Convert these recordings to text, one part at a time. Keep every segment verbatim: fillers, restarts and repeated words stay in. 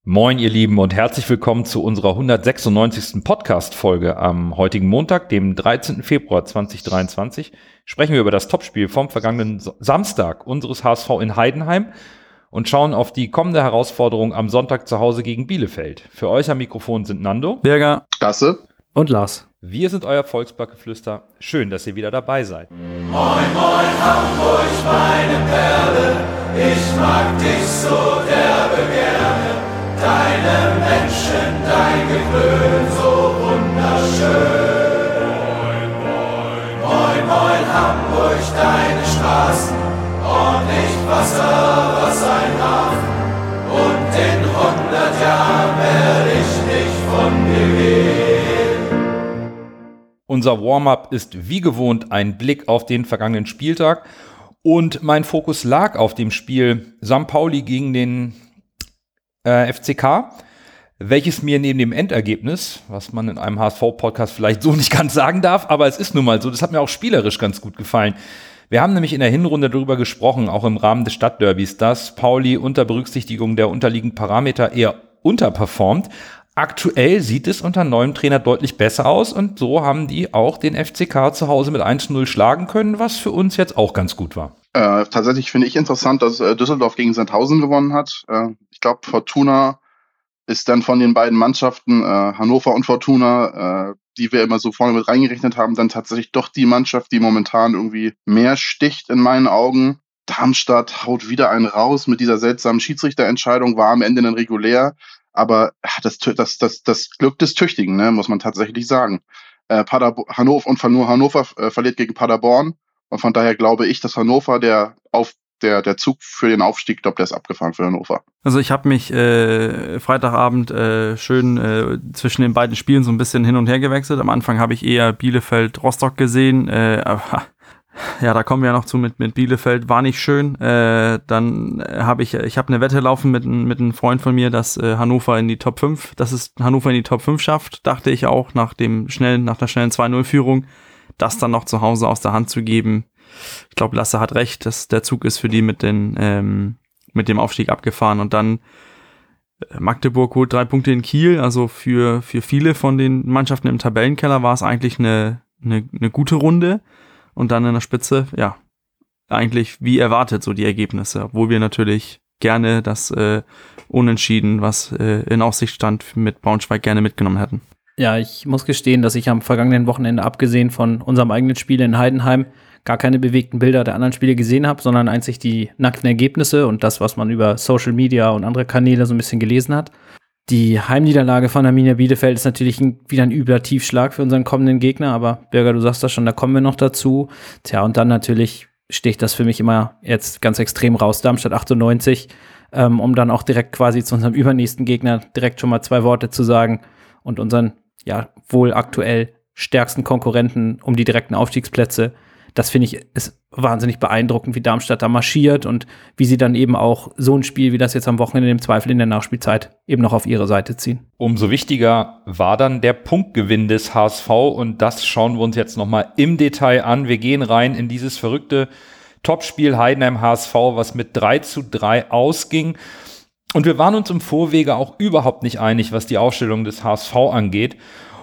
Moin ihr Lieben und herzlich willkommen zu unserer hundertsechsundneunzigsten Podcast-Folge am heutigen Montag, dem dreizehnten Februar zweitausenddreiundzwanzig. Sprechen wir über das Topspiel vom vergangenen Samstag unseres H S V in Heidenheim und schauen auf die kommende Herausforderung am Sonntag zu Hause gegen Bielefeld. Für euch am Mikrofon sind Nando, Birger, Gasse und Lars. Wir sind euer Volksbackgeflüster. Schön, dass ihr wieder dabei seid. Moin, moin, Hamburg, meine Perle, ich mag dich so derbe gerne. Deine Menschen, dein Gewöhn, so wunderschön. Moin, moin, moin, moin, Hamburg, deine Straßen, ordentlich Wasser, was ein Hafen. Und in hundert Jahren werde ich nicht von dir gehen. Unser Warm-up ist wie gewohnt ein Blick auf den vergangenen Spieltag. Und mein Fokus lag auf dem Spiel Sankt Pauli gegen den Äh, F C K, welches mir neben dem Endergebnis, was man in einem H S V-Podcast vielleicht so nicht ganz sagen darf, aber es ist nun mal so, das hat mir auch spielerisch ganz gut gefallen. Wir haben nämlich in der Hinrunde darüber gesprochen, auch im Rahmen des Stadtderbys, dass Pauli unter Berücksichtigung der unterliegenden Parameter eher unterperformt. Aktuell sieht es unter neuem Trainer deutlich besser aus und so haben die auch den F C K zu Hause mit eins zu null schlagen können, was für uns jetzt auch ganz gut war. Äh, tatsächlich finde ich interessant, dass äh, Düsseldorf gegen Sandhausen gewonnen hat. Äh, ich glaube, Fortuna ist dann von den beiden Mannschaften, äh, Hannover und Fortuna, äh, die wir immer so vorne mit reingerechnet haben, dann tatsächlich doch die Mannschaft, die momentan irgendwie mehr sticht in meinen Augen. Darmstadt haut wieder einen raus mit dieser seltsamen Schiedsrichterentscheidung, war am Ende dann regulär, aber das, das, das, das Glück des Tüchtigen, ne, muss man tatsächlich sagen. Äh, Paderbo- Hannover und nur Hannover äh, verliert gegen Paderborn. Und von daher glaube ich, dass Hannover, der auf der, der Zug für den Aufstieg, glaube der ist abgefahren für Hannover. Also ich habe mich äh, Freitagabend äh, schön äh, zwischen den beiden Spielen so ein bisschen hin und her gewechselt. Am Anfang habe ich eher Bielefeld-Rostock gesehen. Äh, aber, ja, da kommen wir ja noch zu mit, mit Bielefeld. War nicht schön. Äh, dann habe ich, ich habe eine Wette laufen mit, mit einem Freund von mir, dass äh, Hannover in die Top fünf, dass es Hannover in die Top fünf schafft. Dachte ich auch nach dem schnellen, nach der schnellen zwei null Führung. Das dann noch zu Hause aus der Hand zu geben. Ich glaube, Lasse hat recht, dass der Zug ist für die mit den ähm, mit dem Aufstieg abgefahren. Und dann äh, Magdeburg holt drei Punkte in Kiel. Also für für viele von den Mannschaften im Tabellenkeller war es eigentlich eine, eine, eine gute Runde. Und dann in der Spitze, ja, eigentlich wie erwartet so die Ergebnisse. Obwohl wir natürlich gerne das äh, Unentschieden, was äh, in Aussicht stand, mit Braunschweig gerne mitgenommen hätten. Ja, ich muss gestehen, dass ich am vergangenen Wochenende, abgesehen von unserem eigenen Spiel in Heidenheim, gar keine bewegten Bilder der anderen Spiele gesehen habe, sondern einzig die nackten Ergebnisse und das, was man über Social Media und andere Kanäle so ein bisschen gelesen hat. Die Heimniederlage von Arminia Bielefeld ist natürlich ein, wieder ein übler Tiefschlag für unseren kommenden Gegner, aber Birger, du sagst das schon, da kommen wir noch dazu. Tja, und dann natürlich sticht das für mich immer jetzt ganz extrem raus, Darmstadt achtundneunzig, ähm, um dann auch direkt quasi zu unserem übernächsten Gegner direkt schon mal zwei Worte zu sagen und unseren ja, wohl aktuell stärksten Konkurrenten um die direkten Aufstiegsplätze. Das finde ich ist wahnsinnig beeindruckend, wie Darmstadt da marschiert und wie sie dann eben auch so ein Spiel wie das jetzt am Wochenende im Zweifel in der Nachspielzeit eben noch auf ihre Seite ziehen. Umso wichtiger war dann der Punktgewinn des H S V und das schauen wir uns jetzt nochmal im Detail an. Wir gehen rein in dieses verrückte Topspiel Heidenheim-H S V, was mit drei zu drei ausging. Und wir waren uns im Vorwege auch überhaupt nicht einig, was die Aufstellung des H S V angeht.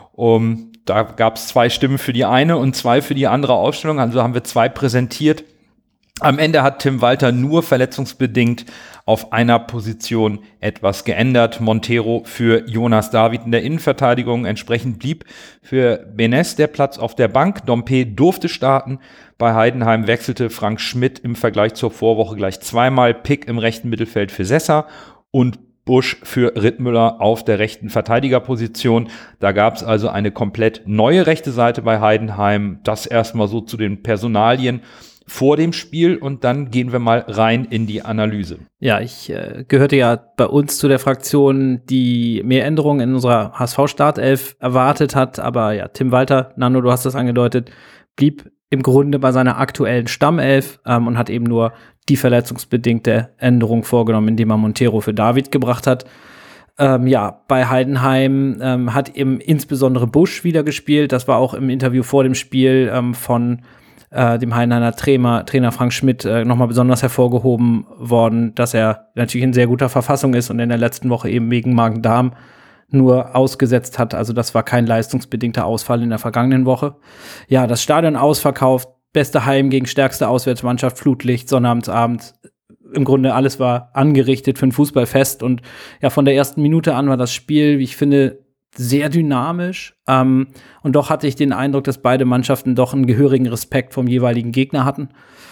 Um, da gab es zwei Stimmen für die eine und zwei für die andere Aufstellung. Also haben wir zwei präsentiert. Am Ende hat Tim Walter nur verletzungsbedingt auf einer Position etwas geändert. Montero für Jonas David in der Innenverteidigung. Entsprechend blieb für Benes der Platz auf der Bank. Dompe durfte starten. Bei Heidenheim wechselte Frank Schmidt im Vergleich zur Vorwoche gleich zweimal. Pick im rechten Mittelfeld für Sessa und Busch für Rittmüller auf der rechten Verteidigerposition. Da gab es also eine komplett neue rechte Seite bei Heidenheim. Das erstmal so zu den Personalien vor dem Spiel und dann gehen wir mal rein in die Analyse. Ja, ich äh, gehörte ja bei uns zu der Fraktion, die mehr Änderungen in unserer H S V-Startelf erwartet hat, aber ja, Tim Walter, Nando, du hast das angedeutet, blieb im Grunde bei seiner aktuellen Stammelf ähm, und hat eben nur die verletzungsbedingte Änderung vorgenommen, indem er Montero für David gebracht hat. Ähm, ja, bei Heidenheim ähm, hat eben insbesondere Busch wieder gespielt. Das war auch im Interview vor dem Spiel ähm, von äh, dem Heidenheimer Trainer, Trainer Frank Schmidt äh, nochmal besonders hervorgehoben worden, dass er natürlich in sehr guter Verfassung ist und in der letzten Woche eben wegen Magen-Darm nur ausgesetzt hat. Also das war kein leistungsbedingter Ausfall in der vergangenen Woche. Ja, das Stadion ausverkauft, beste Heim gegen stärkste Auswärtsmannschaft, Flutlicht, Sonnabendabend. Im Grunde alles war angerichtet für ein Fußballfest. Und ja, von der ersten Minute an war das Spiel, wie ich finde, sehr dynamisch. Ähm, und doch hatte ich den Eindruck, dass beide Mannschaften doch einen gehörigen Respekt vom jeweiligen Gegner hatten.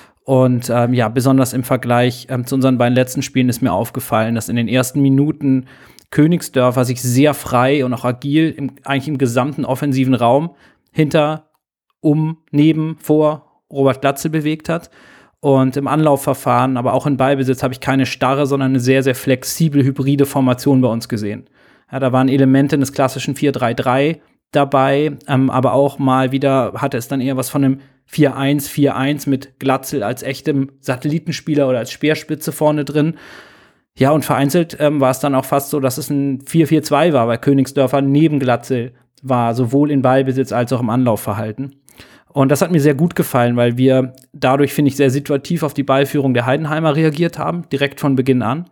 Und ähm, ja, besonders im Vergleich ähm, zu unseren beiden letzten Spielen ist mir aufgefallen, dass in den ersten Minuten Königsdörfer sich sehr frei und auch agil im, eigentlich im gesamten offensiven Raum hinter, um, neben, vor Robert Glatzel bewegt hat. Und im Anlaufverfahren, aber auch in Ballbesitz habe ich keine starre, sondern eine sehr, sehr flexible, hybride Formation bei uns gesehen. Ja, da waren Elemente des klassischen vier drei drei dabei, ähm, aber auch mal wieder hatte es dann eher was von einem vier eins vier eins mit Glatzel als echtem Satellitenspieler oder als Speerspitze vorne drin. Ja, und vereinzelt ähm, war es dann auch fast so, dass es ein vier vier zwei war, weil Königsdörfer neben Glatzel war, sowohl in Ballbesitz als auch im Anlaufverhalten. Und das hat mir sehr gut gefallen, weil wir dadurch, finde ich, sehr situativ auf die Ballführung der Heidenheimer reagiert haben, direkt von Beginn an.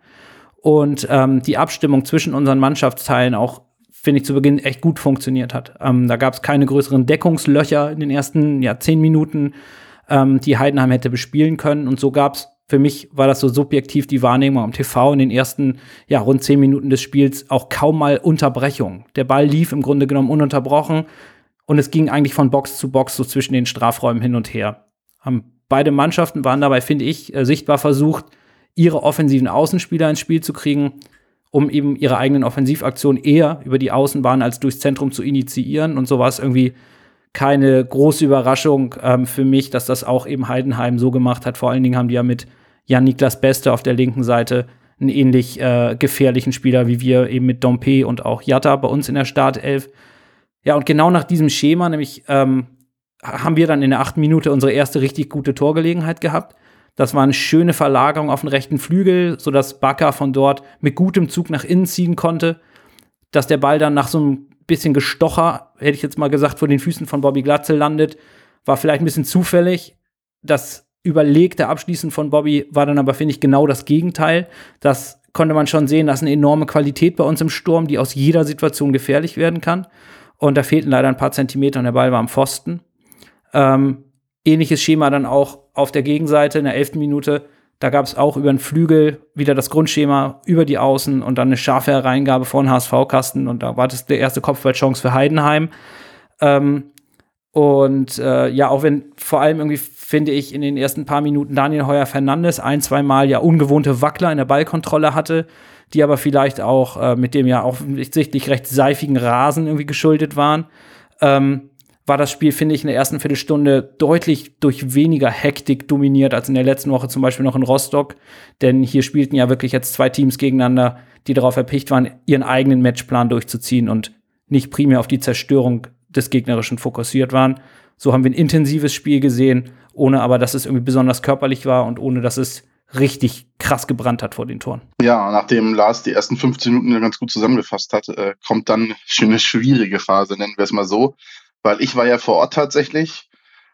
Und ähm, die Abstimmung zwischen unseren Mannschaftsteilen auch, finde ich, zu Beginn echt gut funktioniert hat. Ähm, da gab es keine größeren Deckungslöcher in den ersten ja, zehn Minuten, ähm, die Heidenheim hätte bespielen können. Und so gab es, für mich war das so subjektiv die Wahrnehmung am T V in den ersten ja, rund zehn Minuten des Spiels auch kaum mal Unterbrechung. Der Ball lief im Grunde genommen ununterbrochen und es ging eigentlich von Box zu Box so zwischen den Strafräumen hin und her. Ähm, beide Mannschaften waren dabei, finde ich, äh, sichtbar versucht, ihre offensiven Außenspieler ins Spiel zu kriegen, um eben ihre eigenen Offensivaktionen eher über die Außenbahn als durchs Zentrum zu initiieren. Und so war es irgendwie keine große Überraschung ähm, für mich, dass das auch eben Heidenheim so gemacht hat. Vor allen Dingen haben die ja mit Jan-Niklas Beste auf der linken Seite einen ähnlich äh, gefährlichen Spieler wie wir eben mit Dompe und auch Jatta bei uns in der Startelf. Ja, und genau nach diesem Schema, nämlich ähm, haben wir dann in der achten Minute unsere erste richtig gute Torgelegenheit gehabt. Das war eine schöne Verlagerung auf den rechten Flügel, sodass Bakker von dort mit gutem Zug nach innen ziehen konnte. Dass der Ball dann nach so ein bisschen Gestocher, hätte ich jetzt mal gesagt, vor den Füßen von Bobby Glatzel landet, war vielleicht ein bisschen zufällig. Das überlegte Abschließen von Bobby war dann aber, finde ich, genau das Gegenteil. Das konnte man schon sehen, das ist eine enorme Qualität bei uns im Sturm, die aus jeder Situation gefährlich werden kann. Und da fehlten leider ein paar Zentimeter und der Ball war am Pfosten. Ähm, ähnliches Schema dann auch auf der Gegenseite in der elften Minute. Da gab es auch über den Flügel wieder das Grundschema über die Außen und dann eine scharfe Hereingabe vor den H S V-Kasten. Und da war das die erste Kopfballchance für Heidenheim. Ähm, und äh, ja, auch wenn vor allem irgendwie, finde ich, in den ersten paar Minuten Daniel Heuer-Fernandes ein, zwei Mal ja ungewohnte Wackler in der Ballkontrolle hatte, die aber vielleicht auch äh, mit dem ja offensichtlich recht seifigen Rasen irgendwie geschuldet waren, ähm, war das Spiel, finde ich, in der ersten Viertelstunde deutlich durch weniger Hektik dominiert als in der letzten Woche zum Beispiel noch in Rostock. Denn hier spielten ja wirklich jetzt zwei Teams gegeneinander, die darauf erpicht waren, ihren eigenen Matchplan durchzuziehen und nicht primär auf die Zerstörung des Gegnerischen fokussiert waren. So haben wir ein intensives Spiel gesehen, ohne aber, dass es irgendwie besonders körperlich war und ohne, dass es richtig krass gebrannt hat vor den Toren. Ja, nachdem Lars die ersten fünfzehn Minuten ganz gut zusammengefasst hat, äh, kommt dann eine schwierige Phase, nennen wir es mal so. Weil ich war ja vor Ort tatsächlich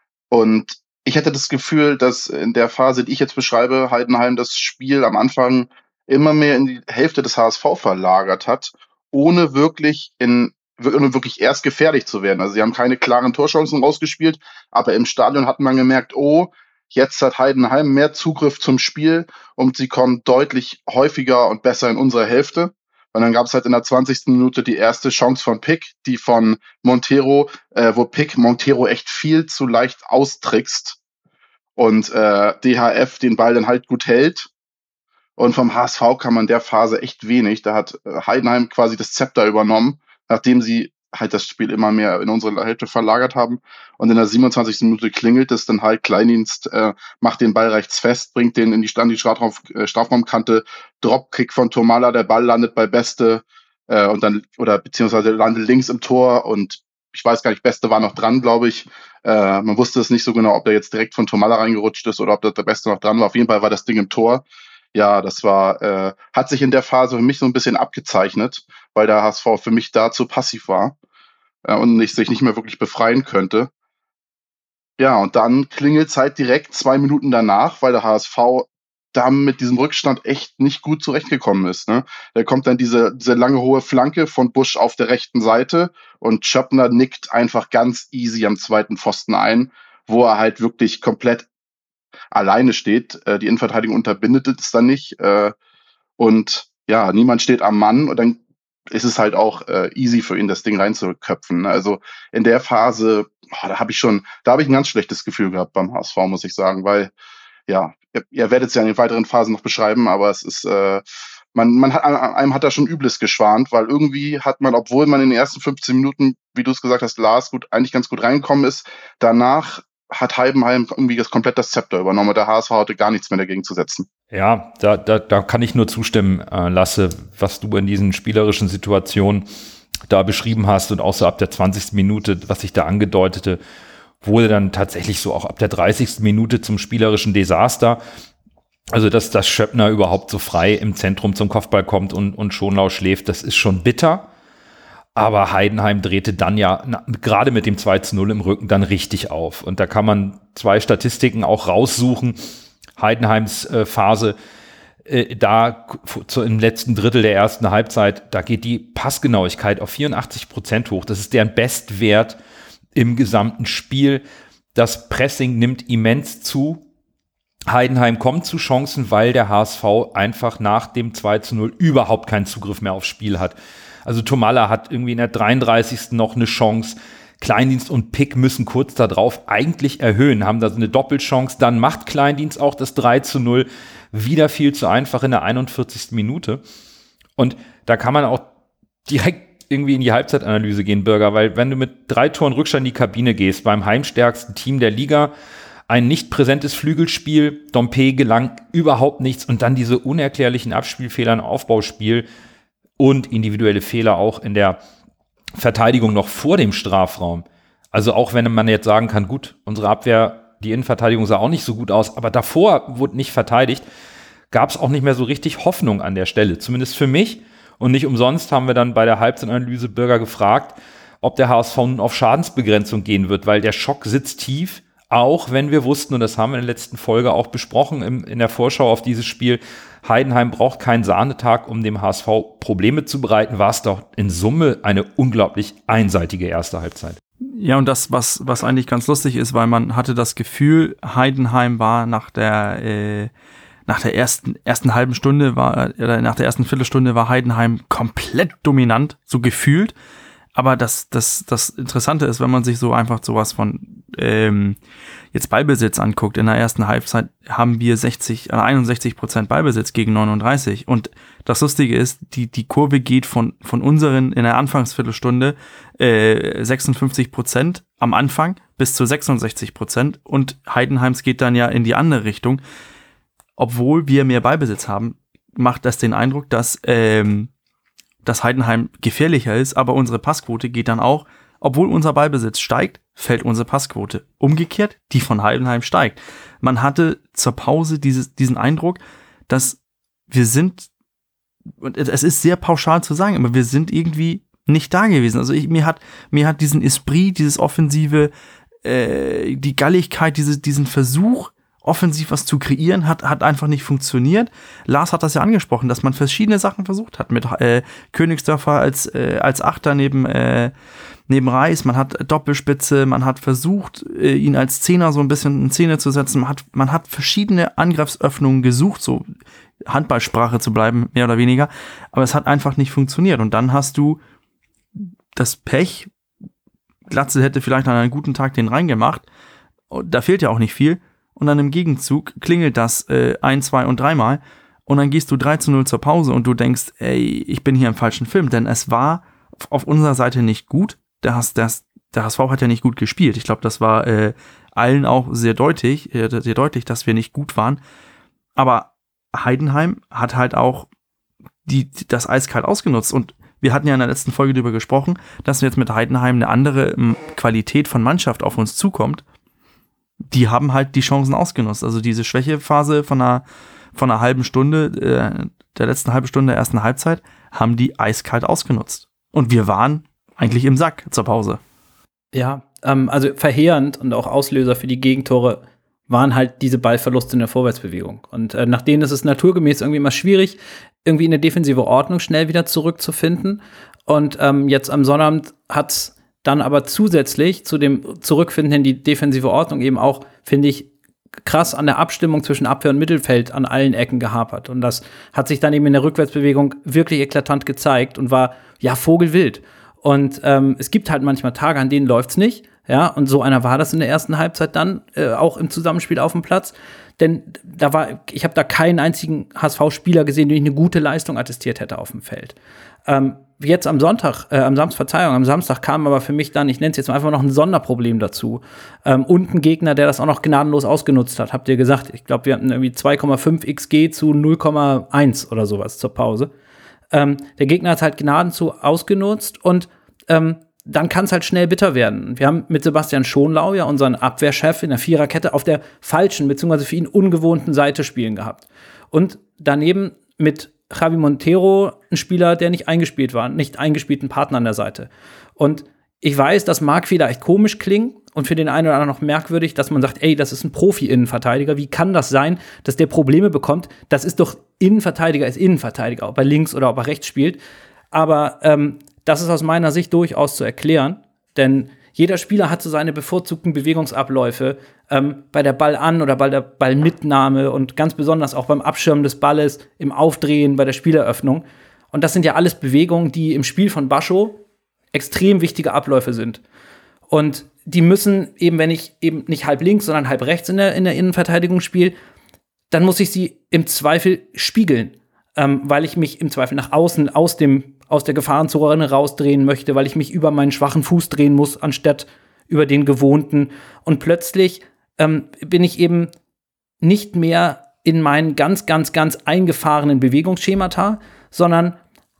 und ich hatte das Gefühl, dass in der Phase, die ich jetzt beschreibe, Heidenheim das Spiel am Anfang immer mehr in die Hälfte des H S V verlagert hat, ohne wirklich in ohne wirklich erst gefährlich zu werden. Also sie haben keine klaren Torchancen rausgespielt, aber im Stadion hat man gemerkt, oh, jetzt hat Heidenheim mehr Zugriff zum Spiel und sie kommen deutlich häufiger und besser in unsere Hälfte. Und dann gab es halt in der zwanzigsten Minute die erste Chance von Pick, die von Montero, äh, wo Pick Montero echt viel zu leicht austrickst und äh, D H F den Ball dann halt gut hält. Und vom H S V kann man der Phase echt wenig. Da hat äh, Heidenheim quasi das Zepter übernommen, nachdem sie halt das Spiel immer mehr in unsere Hälfte verlagert haben. Und in der siebenundzwanzigsten Minute klingelt es dann halt, Kleindienst äh, macht den Ball rechts fest, bringt den in die, Stand, die Strafraum, äh, Strafraumkante, Dropkick von Tomala, der Ball landet bei Beste äh, und dann, oder beziehungsweise landet links im Tor und ich weiß gar nicht, Beste war noch dran, glaube ich. Äh, man wusste es nicht so genau, ob der jetzt direkt von Tomala reingerutscht ist oder ob der Beste noch dran war. Auf jeden Fall war das Ding im Tor. Ja, das war, äh, hat sich in der Phase für mich so ein bisschen abgezeichnet, weil der H S V für mich da zu passiv war äh, und ich sich nicht mehr wirklich befreien könnte. Ja, und dann klingelt es halt direkt zwei Minuten danach, weil der H S V da mit diesem Rückstand echt nicht gut zurechtgekommen ist. Ne? Da kommt dann diese, diese lange hohe Flanke von Busch auf der rechten Seite und Schöppner nickt einfach ganz easy am zweiten Pfosten ein, wo er halt wirklich komplett alleine steht. Äh, die Innenverteidigung unterbindet es dann nicht. Äh, und ja, niemand steht am Mann und dann ist es halt auch äh, easy für ihn, das Ding reinzuköpfen. Ne? Also in der Phase, oh, da habe ich schon, da habe ich ein ganz schlechtes Gefühl gehabt beim H S V, muss ich sagen, weil ja, ihr, ihr werdet es ja in den weiteren Phasen noch beschreiben, aber es ist, äh, man, man hat, einem hat da schon Übles geschwant, weil irgendwie hat man, obwohl man in den ersten fünfzehn Minuten, wie du es gesagt hast, Lars, gut, eigentlich ganz gut reingekommen ist, danach hat Heidenheim irgendwie das komplett das Zepter übernommen. Der H S V hatte gar nichts mehr dagegen zu setzen. Ja, da, da, da kann ich nur zustimmen, äh, Lasse, was du in diesen spielerischen Situationen da beschrieben hast und auch so ab der zwanzigsten Minute, was sich da angedeutete, wurde dann tatsächlich so auch ab der dreißigsten Minute zum spielerischen Desaster. Also, dass, dass Schöppner überhaupt so frei im Zentrum zum Kopfball kommt und, und Schonlau schläft, das ist schon bitter. Aber Heidenheim drehte dann ja na, gerade mit dem zwei zu null im Rücken dann richtig auf. Und da kann man zwei Statistiken auch raussuchen. Heidenheims äh, Phase, äh, da zu, im letzten Drittel der ersten Halbzeit, da geht die Passgenauigkeit auf vierundachtzig Prozent hoch. Das ist deren Bestwert im gesamten Spiel. Das Pressing nimmt immens zu. Heidenheim kommt zu Chancen, weil der H S V einfach nach dem zwei zu null überhaupt keinen Zugriff mehr aufs Spiel hat. Also Tomalla hat irgendwie in der dreiunddreißigsten noch eine Chance. Kleindienst und Pick müssen kurz darauf eigentlich erhöhen, haben da so eine Doppelchance. Dann macht Kleindienst auch das drei zu null. Wieder viel zu einfach in der einundvierzigsten Minute. Und da kann man auch direkt irgendwie in die Halbzeitanalyse gehen, Bürger, weil wenn du mit drei Toren Rückstand in die Kabine gehst, beim heimstärksten Team der Liga, ein nicht präsentes Flügelspiel, Dompe gelang überhaupt nichts und dann diese unerklärlichen Abspielfehler im Aufbauspiel und individuelle Fehler auch in der Verteidigung noch vor dem Strafraum. Also auch wenn man jetzt sagen kann, gut, unsere Abwehr, die Innenverteidigung sah auch nicht so gut aus, aber davor wurde nicht verteidigt, gab es auch nicht mehr so richtig Hoffnung an der Stelle, zumindest für mich. Und nicht umsonst haben wir dann bei der Halbzeitanalyse Bürger gefragt, ob der H S V nun auf Schadensbegrenzung gehen wird, weil der Schock sitzt tief, auch wenn wir wussten, und das haben wir in der letzten Folge auch besprochen, im, in der Vorschau auf dieses Spiel, Heidenheim braucht keinen Sahnetag, um dem H S V Probleme zu bereiten, war es doch in Summe eine unglaublich einseitige erste Halbzeit. Ja, und das, was, was eigentlich ganz lustig ist, weil man hatte das Gefühl, Heidenheim war nach der äh, Nach der ersten, ersten halben Stunde war, oder nach der ersten Viertelstunde war Heidenheim komplett dominant, so gefühlt. Aber das, das, das Interessante ist, wenn man sich so einfach sowas von, ähm, jetzt Ballbesitz anguckt. In der ersten Halbzeit haben wir sechzig, einundsechzig Prozent Ballbesitz gegen neununddreißig. Und das Lustige ist, die, die Kurve geht von, von unseren, in der Anfangsviertelstunde, äh, sechsundfünfzig Prozent am Anfang bis zu sechsundsechzig Prozent. Und Heidenheims geht dann ja in die andere Richtung. Obwohl wir mehr Ballbesitz haben, macht das den Eindruck, dass, ähm, dass Heidenheim gefährlicher ist, aber unsere Passquote geht dann auch, obwohl unser Ballbesitz steigt, fällt unsere Passquote. Umgekehrt, die von Heidenheim steigt. Man hatte zur Pause dieses, diesen Eindruck, dass wir sind, und es ist sehr pauschal zu sagen, aber wir sind irgendwie nicht da gewesen. Also ich, mir hat, mir hat diesen Esprit, dieses offensive, äh, die Galligkeit, diese, diesen Versuch, offensiv was zu kreieren, hat, hat einfach nicht funktioniert. Lars hat das ja angesprochen, dass man verschiedene Sachen versucht hat. Mit äh, Königsdörfer als, äh, als Achter neben, äh, neben Reis, man hat Doppelspitze, man hat versucht, äh, ihn als Zehner so ein bisschen in Szene zu setzen. Man hat, man hat verschiedene Angriffsöffnungen gesucht, so Handballsprache zu bleiben, mehr oder weniger. Aber es hat einfach nicht funktioniert. Und dann hast du das Pech, Glatzel hätte vielleicht an einem guten Tag den reingemacht. Da fehlt ja auch nicht viel. Und dann im Gegenzug klingelt das äh, ein, zwei und dreimal und dann gehst du drei zu null zur Pause und du denkst, ey, ich bin hier im falschen Film, denn es war auf unserer Seite nicht gut. Der, H- der, der H S V hat ja nicht gut gespielt. Ich glaube, das war äh, allen auch sehr deutlich, äh, sehr deutlich, dass wir nicht gut waren. Aber Heidenheim hat halt auch die, das eiskalt ausgenutzt und wir hatten ja in der letzten Folge darüber gesprochen, dass jetzt mit Heidenheim eine andere m, Qualität von Mannschaft auf uns zukommt. Die haben halt die Chancen ausgenutzt. Also diese Schwächephase von einer, von einer halben Stunde, äh, der letzten halben Stunde der ersten Halbzeit, haben die eiskalt ausgenutzt. Und wir waren eigentlich im Sack zur Pause. Ja, ähm, also verheerend und auch Auslöser für die Gegentore waren halt diese Ballverluste in der Vorwärtsbewegung. Und äh, nach denen ist es naturgemäß irgendwie immer schwierig, irgendwie eine defensive Ordnung schnell wieder zurückzufinden. Und ähm, jetzt am Sonnabend hat's dann aber zusätzlich zu dem Zurückfinden in die defensive Ordnung eben auch, finde ich, krass an der Abstimmung zwischen Abwehr und Mittelfeld an allen Ecken gehapert. Und das hat sich dann eben in der Rückwärtsbewegung wirklich eklatant gezeigt und war, ja, vogelwild. Und ähm, es gibt halt manchmal Tage, an denen läuft's nicht. Ja, und so einer war das in der ersten Halbzeit dann, äh, auch im Zusammenspiel auf dem Platz. Denn da war, ich habe da keinen einzigen H S V-Spieler gesehen, den ich eine gute Leistung attestiert hätte auf dem Feld. Ähm, jetzt am Sonntag, äh, am Samstag, Verzeihung, am Samstag kam aber für mich dann, ich nenne es jetzt mal einfach noch ein Sonderproblem dazu. Ähm, und ein Gegner, der das auch noch gnadenlos ausgenutzt hat, habt ihr gesagt. Ich glaube, wir hatten irgendwie zwei Komma fünf X G zu null Komma eins oder sowas zur Pause. Ähm, der Gegner hat halt gnadenlos ausgenutzt und ähm, dann kann es halt schnell bitter werden. Wir haben mit Sebastian Schonlau ja unseren Abwehrchef in der Viererkette auf der falschen, beziehungsweise für ihn ungewohnten Seite spielen gehabt. Und daneben mit Javi Montero einen Spieler, der nicht eingespielt war, nicht eingespielten Partner an der Seite. Und ich weiß, das mag vielleicht komisch klingen und für den einen oder anderen noch merkwürdig, dass man sagt, ey, das ist ein Profi-Innenverteidiger. Wie kann das sein, dass der Probleme bekommt? Das ist doch Innenverteidiger ist Innenverteidiger, ob er links oder ob er rechts spielt. Aber ähm, das ist aus meiner Sicht durchaus zu erklären, denn jeder Spieler hat so seine bevorzugten Bewegungsabläufe ähm, bei der Ballan- oder bei der Ballmitnahme und ganz besonders auch beim Abschirmen des Balles, im Aufdrehen, bei der Spieleröffnung. Und das sind ja alles Bewegungen, die im Spiel von Bascho extrem wichtige Abläufe sind. Und die müssen eben, wenn ich eben nicht halb links, sondern halb rechts in der, in der Innenverteidigung spiele, dann muss ich sie im Zweifel spiegeln, ähm, weil ich mich im Zweifel nach außen aus dem aus der Gefahrenzone rausdrehen möchte, weil ich mich über meinen schwachen Fuß drehen muss, anstatt über den gewohnten. Und plötzlich ähm, bin ich eben nicht mehr in meinen ganz, ganz, ganz eingefahrenen Bewegungsschemata, sondern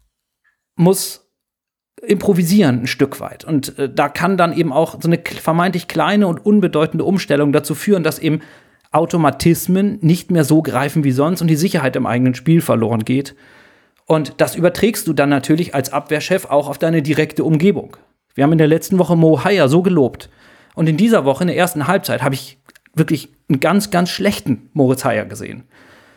muss improvisieren ein Stück weit. Und äh, da kann dann eben auch so eine vermeintlich kleine und unbedeutende Umstellung dazu führen, dass eben Automatismen nicht mehr so greifen wie sonst und die Sicherheit im eigenen Spiel verloren geht. Und das überträgst du dann natürlich als Abwehrchef auch auf deine direkte Umgebung. Wir haben in der letzten Woche Mo Haya so gelobt. Und in dieser Woche, in der ersten Halbzeit, habe ich wirklich einen ganz, ganz schlechten Moritz Haya gesehen.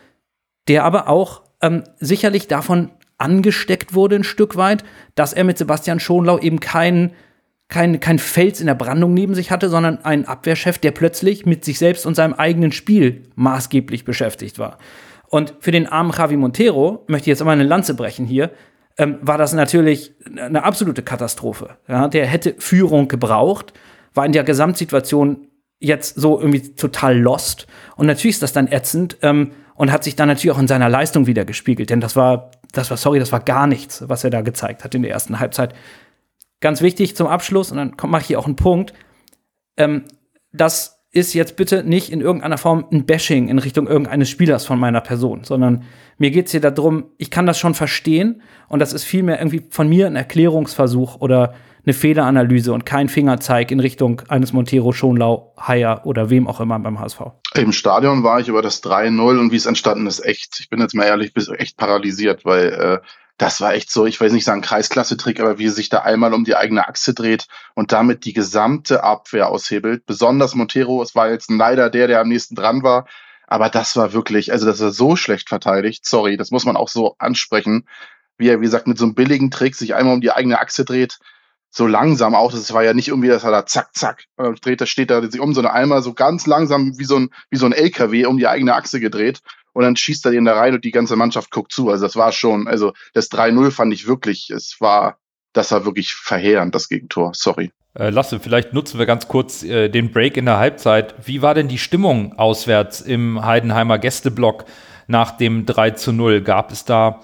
Der aber auch ähm, sicherlich davon angesteckt wurde ein Stück weit, dass er mit Sebastian Schonlau eben keinen kein, kein Fels in der Brandung neben sich hatte, sondern einen Abwehrchef, der plötzlich mit sich selbst und seinem eigenen Spiel maßgeblich beschäftigt war. Und für den armen Javi Montero, möchte ich jetzt immer eine Lanze brechen hier, ähm, war das natürlich eine absolute Katastrophe. Ja, der hätte Führung gebraucht, war in der Gesamtsituation jetzt so irgendwie total lost. Und natürlich ist das dann ätzend ähm, und hat sich dann natürlich auch in seiner Leistung wieder gespiegelt. Denn das war, das war, sorry, das war gar nichts, was er da gezeigt hat in der ersten Halbzeit. Ganz wichtig zum Abschluss, und dann mache ich hier auch einen Punkt, ähm, dass ist jetzt bitte nicht in irgendeiner Form ein Bashing in Richtung irgendeines Spielers von meiner Person, sondern mir geht's hier darum, ich kann das schon verstehen und das ist vielmehr irgendwie von mir ein Erklärungsversuch oder eine Fehleranalyse und kein Fingerzeig in Richtung eines Montero, Schonlau, Haya oder wem auch immer beim H S V. Im Stadion war ich über das drei null und wie es entstanden ist, echt, ich bin jetzt mal ehrlich, bin echt paralysiert, weil äh, das war echt so, ich will nicht sagen Kreisklasse-Trick, aber wie er sich da einmal um die eigene Achse dreht und damit die gesamte Abwehr aushebelt. Besonders Montero, es war jetzt leider der, der am nächsten dran war, aber das war wirklich, also das war so schlecht verteidigt, sorry, das muss man auch so ansprechen, wie er, wie gesagt, mit so einem billigen Trick sich einmal um die eigene Achse dreht, so langsam auch, das war ja nicht irgendwie, dass er da zack, zack, dreht, da steht er sich um, sondern einmal so ganz langsam wie so ein, wie so ein L K W um die eigene Achse gedreht. Und dann schießt er den da rein und die ganze Mannschaft guckt zu. Also das war schon, also das drei null fand ich wirklich, es war, das war wirklich verheerend, das Gegentor, sorry. Äh, Lasse, vielleicht nutzen wir ganz kurz äh, den Break in der Halbzeit. Wie war denn die Stimmung auswärts im Heidenheimer Gästeblock nach dem drei zu null? Gab es da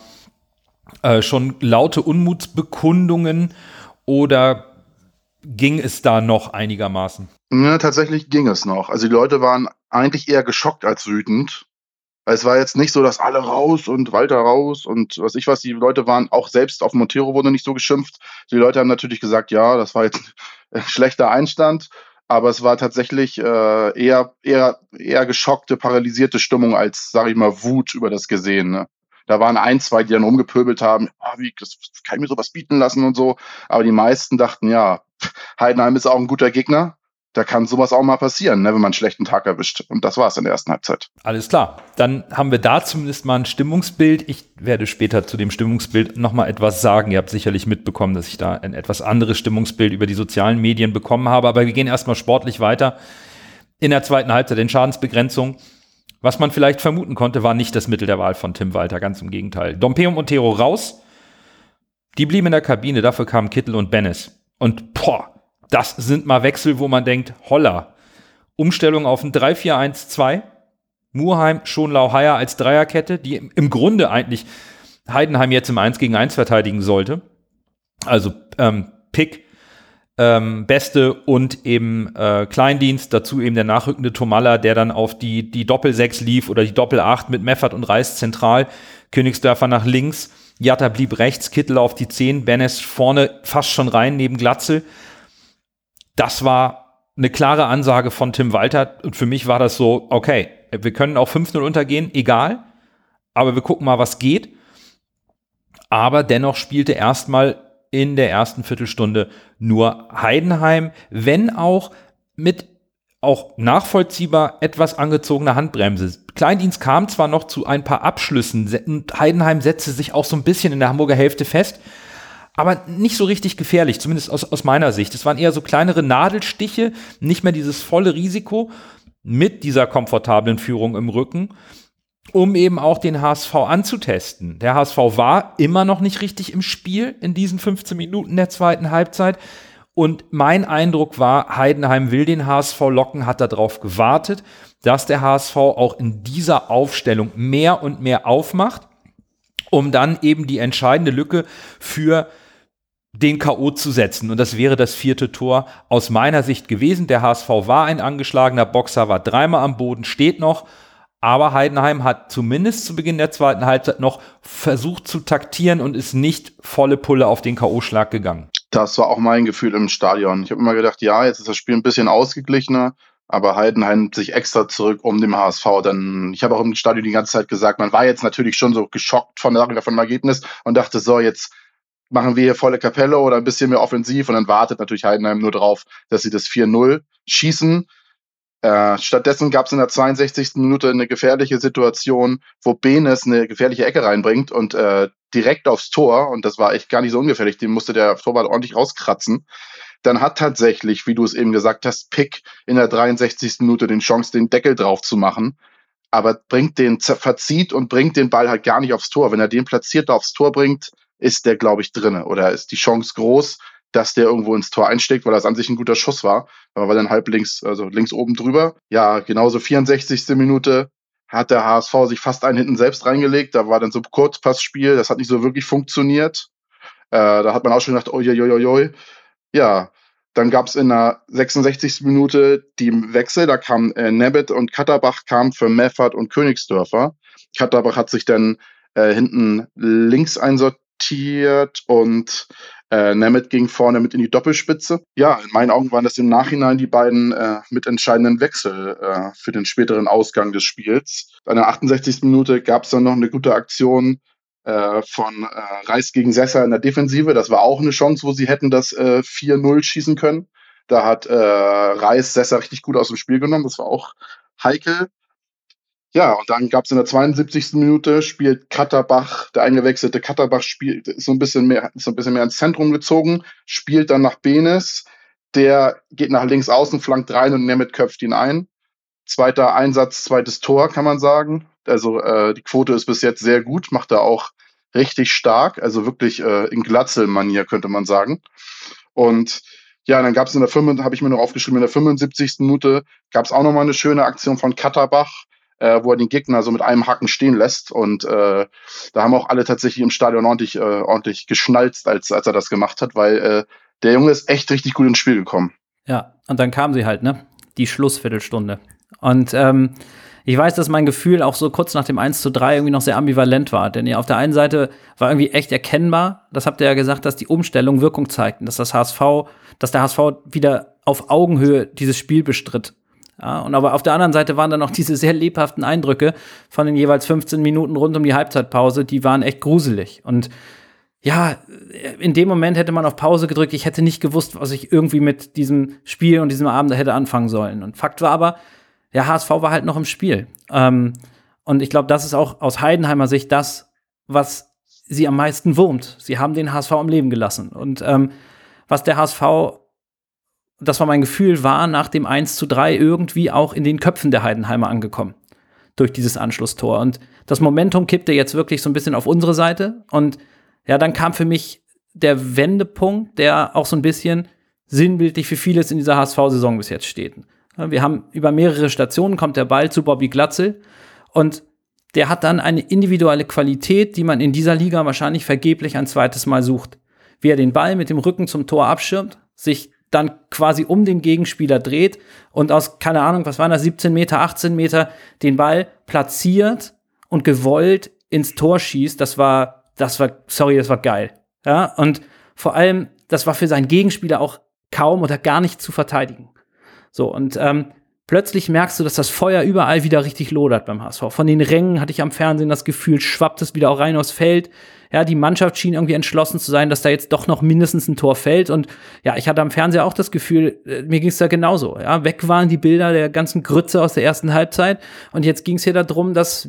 äh, schon laute Unmutsbekundungen oder ging es da noch einigermaßen? Ja, tatsächlich ging es noch. Also die Leute waren eigentlich eher geschockt als wütend. Es war jetzt nicht so, dass alle raus und Walter raus und was ich was. Die Leute waren auch selbst auf Montero wurde nicht so geschimpft. Die Leute haben natürlich gesagt, ja, das war jetzt ein schlechter Einstand, aber es war tatsächlich äh, eher eher eher geschockte, paralysierte Stimmung als, sag ich mal, Wut über das Gesehene. Da waren ein, zwei, die dann rumgepöbelt haben, ah, wie, das kann ich mir sowas bieten lassen und so. Aber die meisten dachten, ja, Heidenheim ist auch ein guter Gegner. Da kann sowas auch mal passieren, ne, wenn man einen schlechten Tag erwischt. Und das war es in der ersten Halbzeit. Alles klar. Dann haben wir da zumindest mal ein Stimmungsbild. Ich werde später zu dem Stimmungsbild noch mal etwas sagen. Ihr habt sicherlich mitbekommen, dass ich da ein etwas anderes Stimmungsbild über die sozialen Medien bekommen habe. Aber wir gehen erstmal sportlich weiter. In der zweiten Halbzeit in Schadensbegrenzung. Was man vielleicht vermuten konnte, war nicht das Mittel der Wahl von Tim Walter. Ganz im Gegenteil. Dompe und Montero raus. Die blieben in der Kabine. Dafür kamen Kittel und Bennis. Und boah, das sind mal Wechsel, wo man denkt, holla. Umstellung auf ein drei vier eins zwei. Muheim, Schonlau, Haier als Dreierkette, die im Grunde eigentlich Heidenheim jetzt im eins gegen eins verteidigen sollte. Also ähm, Pick, ähm, Beste und eben äh, Kleindienst. Dazu eben der nachrückende Tomalla, der dann auf die, die Doppel-sechs lief oder die Doppel-acht mit Meffert und Reis zentral. Königsdörfer nach links. Jatta blieb rechts, Kittel auf die zehn. Bennis vorne fast schon rein neben Glatzel. Das war eine klare Ansage von Tim Walter und für mich war das so, okay, wir können auch fünf null untergehen, egal, aber wir gucken mal, was geht. Aber dennoch spielte erstmal in der ersten Viertelstunde nur Heidenheim, wenn auch mit auch nachvollziehbar etwas angezogener Handbremse. Kleindienst kam zwar noch zu ein paar Abschlüssen und Heidenheim setzte sich auch so ein bisschen in der Hamburger Hälfte fest, aber nicht so richtig gefährlich, zumindest aus, aus meiner Sicht. Es waren eher so kleinere Nadelstiche, nicht mehr dieses volle Risiko mit dieser komfortablen Führung im Rücken, um eben auch den H S V anzutesten. Der H S V war immer noch nicht richtig im Spiel in diesen fünfzehn Minuten der zweiten Halbzeit. Und mein Eindruck war, Heidenheim will den H S V locken, hat darauf gewartet, dass der H S V auch in dieser Aufstellung mehr und mehr aufmacht, um dann eben die entscheidende Lücke für den K O zu setzen. Und das wäre das vierte Tor aus meiner Sicht gewesen. Der H S V war ein angeschlagener Boxer, war dreimal am Boden, steht noch. Aber Heidenheim hat zumindest zu Beginn der zweiten Halbzeit noch versucht zu taktieren und ist nicht volle Pulle auf den K O-Schlag gegangen. Das war auch mein Gefühl im Stadion. Ich habe immer gedacht, ja, jetzt ist das Spiel ein bisschen ausgeglichener, aber Heidenheim nimmt sich extra zurück um den H S V. Dann, ich habe auch im Stadion die ganze Zeit gesagt, man war jetzt natürlich schon so geschockt von der von dem Ergebnis und dachte, so, jetzt machen wir hier volle Kapelle oder ein bisschen mehr offensiv und dann wartet natürlich Heidenheim nur drauf, dass sie das vier null schießen. Äh, stattdessen gab es in der zweiundsechzigsten Minute eine gefährliche Situation, wo Bennis eine gefährliche Ecke reinbringt und äh, direkt aufs Tor, und das war echt gar nicht so ungefährlich, den musste der Torwart ordentlich rauskratzen. Dann hat tatsächlich, wie du es eben gesagt hast, Pick in der dreiundsechzigsten Minute den Chance, den Deckel drauf zu machen, aber bringt den, verzieht und bringt den Ball halt gar nicht aufs Tor. Wenn er den platziert aufs Tor bringt, ist der, glaube ich, drinne oder ist die Chance groß, dass der irgendwo ins Tor einsteckt, weil das an sich ein guter Schuss war. Aber war dann halb links, also links oben drüber. Ja, genauso vierundsechzigste Minute hat der H S V sich fast einen hinten selbst reingelegt. Da war dann so ein Kurzpassspiel, das hat nicht so wirklich funktioniert. Äh, da hat man auch schon gedacht, oi. Ja, dann gab es in der sechsundsechzigsten Minute die Wechsel. Da kam äh, Nebbet und Katterbach kamen für Meffert und Königsdörfer. Katterbach hat sich dann äh, hinten links einsortiert und äh, Nemeth ging vorne mit in die Doppelspitze. Ja, in meinen Augen waren das im Nachhinein die beiden äh, mitentscheidenden Wechsel äh, für den späteren Ausgang des Spiels. In der achtundsechzigsten Minute gab es dann noch eine gute Aktion äh, von äh, Reis gegen Sessa in der Defensive. Das war auch eine Chance, wo sie hätten das äh, vier null schießen können. Da hat äh, Reis Sessa richtig gut aus dem Spiel genommen. Das war auch heikel. Ja, und dann gab es in der zweiundsiebzigsten Minute spielt Katterbach, der eingewechselte Katterbach spielt, ist so ein bisschen mehr, ist so ein bisschen mehr ins Zentrum gezogen, spielt dann nach Bennis, der geht nach links außen, flankt rein und Nemeth köpft ihn ein. Zweiter Einsatz, zweites Tor, kann man sagen. Also äh, die Quote ist bis jetzt sehr gut, macht er auch richtig stark, also wirklich äh, in Glatzel-Manier, könnte man sagen. Und ja, dann gab es in der fünf, habe ich mir noch aufgeschrieben, in der fünfundsiebzigsten Minute gab es auch nochmal eine schöne Aktion von Katterbach, Äh, wo er den Gegner so mit einem Haken stehen lässt. Und äh, da haben auch alle tatsächlich im Stadion ordentlich, äh, ordentlich geschnalzt, als, als er das gemacht hat, weil äh, der Junge ist echt richtig gut ins Spiel gekommen. Ja, und dann kam sie halt, ne? Die Schlussviertelstunde. Und ähm, ich weiß, dass mein Gefühl auch so kurz nach dem eins zu drei irgendwie noch sehr ambivalent war. Denn ja, auf der einen Seite war irgendwie echt erkennbar, das habt ihr ja gesagt, dass die Umstellung Wirkung zeigten, dass das H S V, dass der H S V wieder auf Augenhöhe dieses Spiel bestritt. Ja, und aber auf der anderen Seite waren dann auch diese sehr lebhaften Eindrücke von den jeweils fünfzehn Minuten rund um die Halbzeitpause, die waren echt gruselig. Und ja, in dem Moment hätte man auf Pause gedrückt. Ich hätte nicht gewusst, was ich irgendwie mit diesem Spiel und diesem Abend hätte anfangen sollen. Und Fakt war aber, der H S V war halt noch im Spiel. Ähm, und ich glaube, das ist auch aus Heidenheimer Sicht das, was sie am meisten wurmt. Sie haben den H S V am Leben gelassen. Und ähm, was der H S V, das war mein Gefühl, war nach dem eins zu drei irgendwie auch in den Köpfen der Heidenheimer angekommen. Durch dieses Anschlusstor. Und das Momentum kippte jetzt wirklich so ein bisschen auf unsere Seite. Und ja, dann kam für mich der Wendepunkt, der auch so ein bisschen sinnbildlich für vieles in dieser H S V-Saison bis jetzt steht. Wir haben über mehrere Stationen, kommt der Ball zu Bobby Glatzel und der hat dann eine individuelle Qualität, die man in dieser Liga wahrscheinlich vergeblich ein zweites Mal sucht. Wie er den Ball mit dem Rücken zum Tor abschirmt, sich dann quasi um den Gegenspieler dreht und aus, keine Ahnung, was waren das, siebzehn Meter, achtzehn Meter, den Ball platziert und gewollt ins Tor schießt. Das war Das war, sorry, das war geil. Ja, und vor allem, das war für seinen Gegenspieler auch kaum oder gar nicht zu verteidigen. So, und ähm, plötzlich merkst du, dass das Feuer überall wieder richtig lodert beim H S V. Von den Rängen hatte ich am Fernsehen das Gefühl, schwappt es wieder auch rein aufs Feld. Ja, die Mannschaft schien irgendwie entschlossen zu sein, dass da jetzt doch noch mindestens ein Tor fällt. Und ja, ich hatte am Fernseher auch das Gefühl, äh, mir ging es da genauso. Ja, weg waren die Bilder der ganzen Grütze aus der ersten Halbzeit. Und jetzt ging es hier darum, dass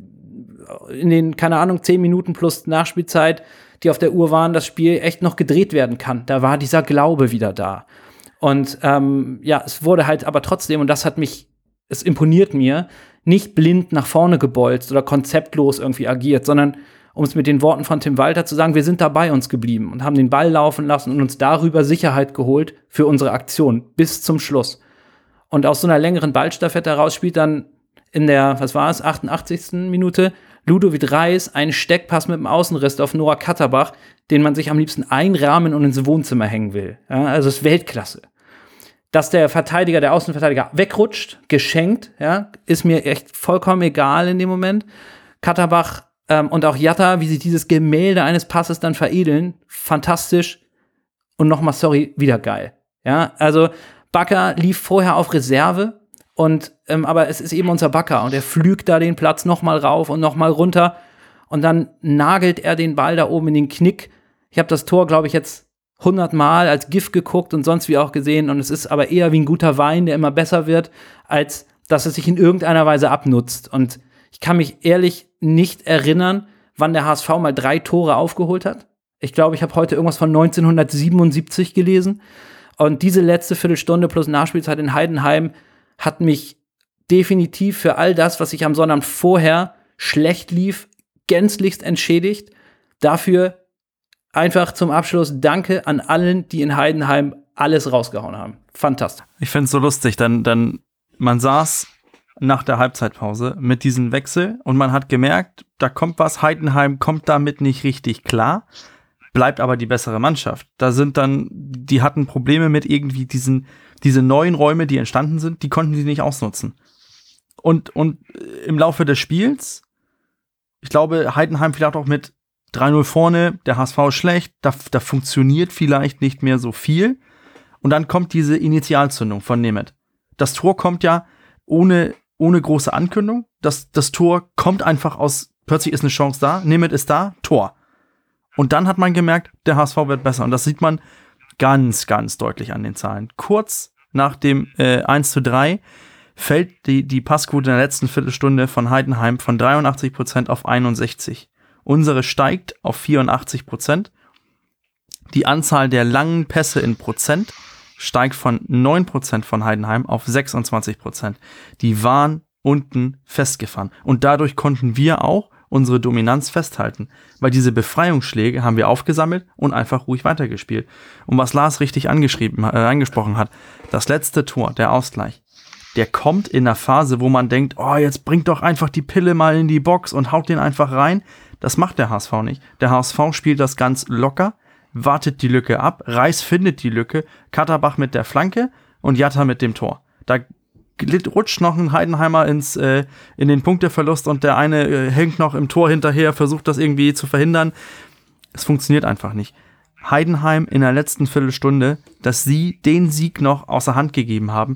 in den, keine Ahnung, zehn Minuten plus Nachspielzeit, die auf der Uhr waren, das Spiel echt noch gedreht werden kann. Da war dieser Glaube wieder da. Und ähm, ja, es wurde halt aber trotzdem, und das hat mich, es imponiert mir, nicht blind nach vorne gebolzt oder konzeptlos irgendwie agiert, sondern, um es mit den Worten von Tim Walter zu sagen, wir sind da bei uns geblieben und haben den Ball laufen lassen und uns darüber Sicherheit geholt für unsere Aktion bis zum Schluss. Und aus so einer längeren Ballstaffette heraus spielt dann in der, was war es, achtundachtzigsten Minute Ludovic Reis einen Steckpass mit dem Außenriss auf Noah Katterbach, den man sich am liebsten einrahmen und ins Wohnzimmer hängen will. Ja, also es ist Weltklasse. Dass der Verteidiger, der Außenverteidiger wegrutscht, geschenkt, ja, ist mir echt vollkommen egal in dem Moment. Katterbach ähm, und auch Jatta, wie sie dieses Gemälde eines Passes dann veredeln, fantastisch. Und nochmal, sorry, wieder geil. Ja, also Bakker lief vorher auf Reserve, und ähm, aber es ist eben unser Bakker und er flügt da den Platz noch mal rauf und noch mal runter und dann nagelt er den Ball da oben in den Knick. Ich habe das Tor, glaube ich, jetzt hundert Mal als GIF geguckt und sonst wie auch gesehen und es ist aber eher wie ein guter Wein, der immer besser wird, als dass es sich in irgendeiner Weise abnutzt. Und ich kann mich ehrlich nicht erinnern, wann der H S V mal drei Tore aufgeholt hat. Ich glaube, ich habe heute irgendwas von neunzehnhundertsiebenundsiebzig gelesen. Und diese letzte Viertelstunde plus Nachspielzeit in Heidenheim hat mich definitiv für all das, was ich am Sonnabend vorher schlecht lief, gänzlichst entschädigt. Dafür einfach zum Abschluss Danke an allen, die in Heidenheim alles rausgehauen haben. Fantastisch. Ich finde es so lustig, dann, dann man saß nach der Halbzeitpause mit diesem Wechsel und man hat gemerkt, da kommt was, Heidenheim kommt damit nicht richtig klar, bleibt aber die bessere Mannschaft. Da sind dann, die hatten Probleme mit irgendwie diesen Diese neuen Räume, die entstanden sind, die konnten sie nicht ausnutzen. Und, und im Laufe des Spiels, ich glaube, Heidenheim vielleicht auch mit drei null vorne, der H S V ist schlecht, da, da funktioniert vielleicht nicht mehr so viel. Und dann kommt diese Initialzündung von Nemeth. Das Tor kommt ja ohne, ohne große Ankündigung. Das, das Tor kommt einfach aus, plötzlich ist eine Chance da, Nemeth ist da, Tor. Und dann hat man gemerkt, der H S V wird besser. Und das sieht man ganz, ganz deutlich an den Zahlen. Kurz nach dem äh, eins zu drei fällt die, die Passquote in der letzten Viertelstunde von Heidenheim von dreiundachtzig Prozent auf einundsechzig. Unsere steigt auf vierundachtzig Prozent. Die Anzahl der langen Pässe in Prozent steigt von neun Prozent von Heidenheim auf sechsundzwanzig Prozent. Die waren unten festgefahren. Und dadurch konnten wir auch unsere Dominanz festhalten. Weil diese Befreiungsschläge haben wir aufgesammelt und einfach ruhig weitergespielt. Und was Lars richtig angeschrieben, äh, angesprochen hat, das letzte Tor, der Ausgleich, der kommt in einer Phase, wo man denkt, oh, jetzt bringt doch einfach die Pille mal in die Box und haut den einfach rein. Das macht der H S V nicht. Der H S V spielt das ganz locker, wartet die Lücke ab, Reis findet die Lücke, Katterbach mit der Flanke und Jatta mit dem Tor. Da rutscht noch ein Heidenheimer ins, äh, in den Punkteverlust und der eine äh, hängt noch im Tor hinterher, versucht das irgendwie zu verhindern. Es funktioniert einfach nicht. Heidenheim in der letzten Viertelstunde, dass sie den Sieg noch außer Hand gegeben haben,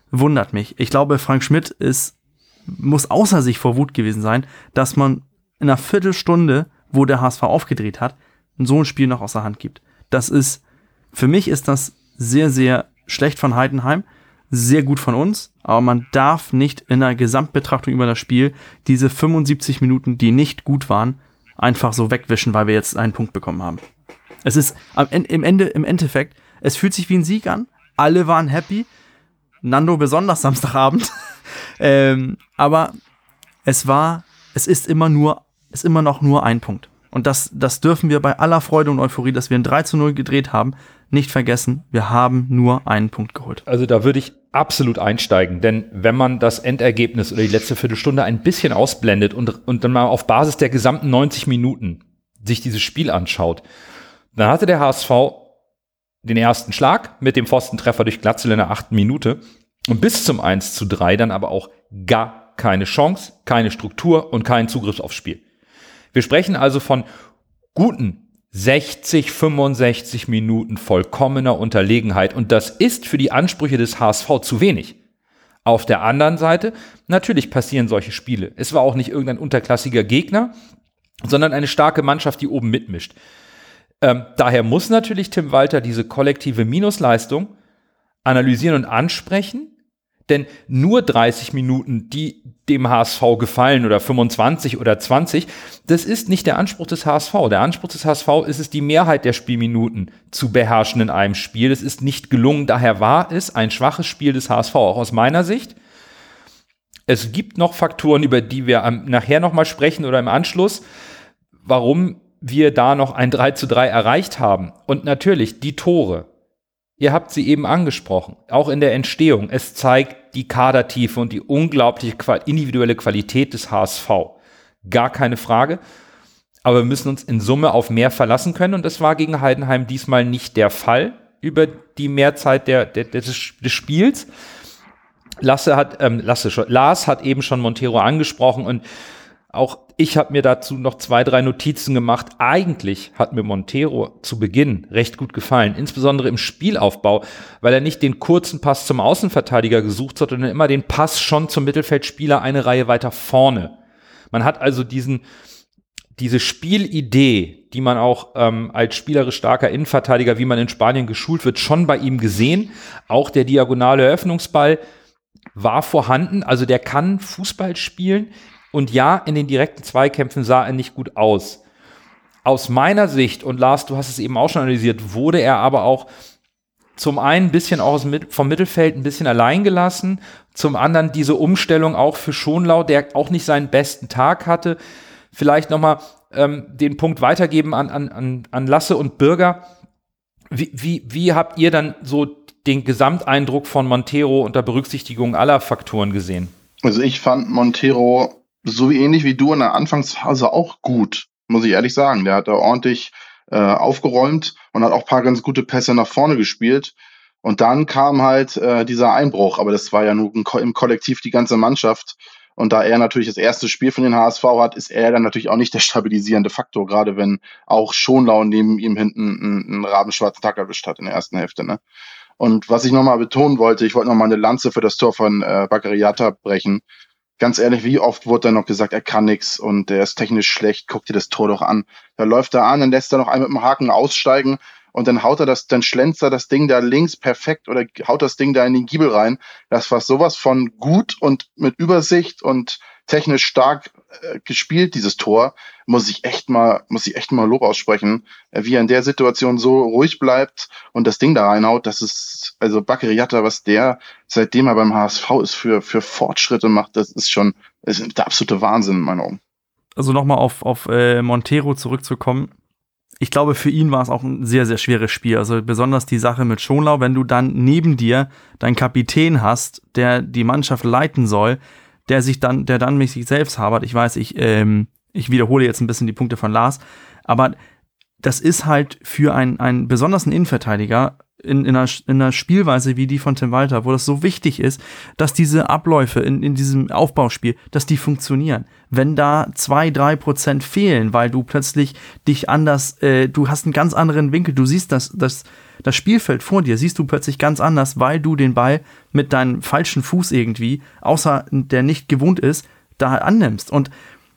wundert mich. Ich glaube, Frank Schmidt ist, muss außer sich vor Wut gewesen sein, dass man in einer Viertelstunde, wo der H S V aufgedreht hat, so ein Spiel noch aus der Hand gibt. Das ist, für mich ist das sehr, sehr schlecht von Heidenheim, sehr gut von uns, aber man darf nicht in der Gesamtbetrachtung über das Spiel diese fünfundsiebzig Minuten, die nicht gut waren, einfach so wegwischen, weil wir jetzt einen Punkt bekommen haben. Es ist am Ende, im, Ende, im Endeffekt, es fühlt sich wie ein Sieg an, alle waren happy, Nando besonders Samstagabend, ähm, aber es war, es ist immer nur, ist immer noch nur ein Punkt. Und das, das dürfen wir bei aller Freude und Euphorie, dass wir ein drei zu null gedreht haben, nicht vergessen. Wir haben nur einen Punkt geholt. Also da würde ich absolut einsteigen, denn wenn man das Endergebnis oder die letzte Viertelstunde ein bisschen ausblendet und, und dann mal auf Basis der gesamten neunzig Minuten sich dieses Spiel anschaut, dann hatte der H S V den ersten Schlag mit dem Pfostentreffer durch Glatzel in der achten Minute und bis zum eins zu drei dann aber auch gar keine Chance, keine Struktur und keinen Zugriff aufs Spiel. Wir sprechen also von guten sechzig, fünfundsechzig Minuten vollkommener Unterlegenheit und das ist für die Ansprüche des H S V zu wenig. Auf der anderen Seite, natürlich passieren solche Spiele. Es war auch nicht irgendein unterklassiger Gegner, sondern eine starke Mannschaft, die oben mitmischt. Ähm, daher muss natürlich Tim Walter diese kollektive Minusleistung analysieren und ansprechen, denn nur dreißig Minuten, die dem H S V gefallen oder fünfundzwanzig oder zwanzig, das ist nicht der Anspruch des H S V. Der Anspruch des H S V ist es, die Mehrheit der Spielminuten zu beherrschen in einem Spiel. Es ist nicht gelungen, daher war es ein schwaches Spiel des H S V, auch aus meiner Sicht. Es gibt noch Faktoren, über die wir nachher nochmal sprechen oder im Anschluss, warum wir da noch ein drei zu drei erreicht haben. Und natürlich die Tore. Ihr habt sie eben angesprochen, auch in der Entstehung. Es zeigt die Kadertiefe und die unglaubliche individuelle Qualität des H S V. Gar keine Frage. Aber wir müssen uns in Summe auf mehr verlassen können. Und das war gegen Heidenheim diesmal nicht der Fall über die Mehrzeit der, der, des, des Spiels. Lasse hat, ähm, Lasse schon, Lars hat eben schon Montero angesprochen und auch ich habe mir dazu noch zwei, drei Notizen gemacht. Eigentlich hat mir Montero zu Beginn recht gut gefallen, insbesondere im Spielaufbau, weil er nicht den kurzen Pass zum Außenverteidiger gesucht hat, sondern immer den Pass schon zum Mittelfeldspieler eine Reihe weiter vorne. Man hat also diesen, diese Spielidee, die man auch ähm, als spielerisch starker Innenverteidiger, wie man in Spanien geschult wird, schon bei ihm gesehen. Auch der diagonale Eröffnungsball war vorhanden, also der kann Fußball spielen. Und ja, in den direkten Zweikämpfen sah er nicht gut aus. Aus meiner Sicht, und Lars, du hast es eben auch schon analysiert, wurde er aber auch zum einen ein bisschen auch vom Mittelfeld ein bisschen allein gelassen, zum anderen diese Umstellung auch für Schonlau, der auch nicht seinen besten Tag hatte. Vielleicht nochmal ähm, den Punkt weitergeben an, an, an Lasse und Bürger. Wie, wie, wie habt ihr dann so den Gesamteindruck von Montero unter Berücksichtigung aller Faktoren gesehen? Also ich fand Montero so ähnlich wie du in der Anfangsphase auch gut, muss ich ehrlich sagen. Der hat da ordentlich äh, aufgeräumt und hat auch ein paar ganz gute Pässe nach vorne gespielt. Und dann kam halt äh, dieser Einbruch, aber das war ja nur im Kollektiv die ganze Mannschaft. Und da er natürlich das erste Spiel von den H S V hat, ist er dann natürlich auch nicht der stabilisierende Faktor, gerade wenn auch Schonlau neben ihm hinten einen, einen rabenschwarzen Tag erwischt hat in der ersten Hälfte. Ne? Und was ich nochmal betonen wollte, ich wollte nochmal eine Lanze für das Tor von äh, Bakary brechen. Ganz ehrlich, wie oft wurde dann noch gesagt, er kann nix und der ist technisch schlecht, guck dir das Tor doch an. Da läuft er an, dann lässt er noch einen mit dem Haken aussteigen und dann haut er das, dann schlänzt er das Ding da links perfekt oder haut das Ding da in den Giebel rein. Das war sowas von gut und mit Übersicht und technisch stark äh, gespielt, dieses Tor. Muss ich echt mal, muss ich echt mal Lob aussprechen, äh, wie er in der Situation so ruhig bleibt und das Ding da reinhaut. Das ist, also Bakary, was der, seitdem er beim H S V ist, für, für Fortschritte macht, das ist schon, das ist der absolute Wahnsinn in meinen Augen. Also nochmal auf, auf äh, Montero zurückzukommen. Ich glaube, für ihn war es auch ein sehr, sehr schweres Spiel. Also besonders die Sache mit Schonlau, wenn du dann neben dir deinen Kapitän hast, der die Mannschaft leiten soll, der sich dann, der dann mit sich selbst habert. Ich weiß, ich, ähm, ich wiederhole jetzt ein bisschen die Punkte von Lars, aber das ist halt für einen, einen besonders einen Innenverteidiger in, in, einer, in einer Spielweise wie die von Tim Walter, wo das so wichtig ist, dass diese Abläufe in, in diesem Aufbauspiel, dass die funktionieren. Wenn da zwei, drei Prozent fehlen, weil du plötzlich dich anders, äh, du hast einen ganz anderen Winkel, du siehst das, das, das Spielfeld vor dir, siehst du plötzlich ganz anders, weil du den Ball mit deinem falschen Fuß irgendwie, außer der nicht gewohnt ist, da annimmst. Und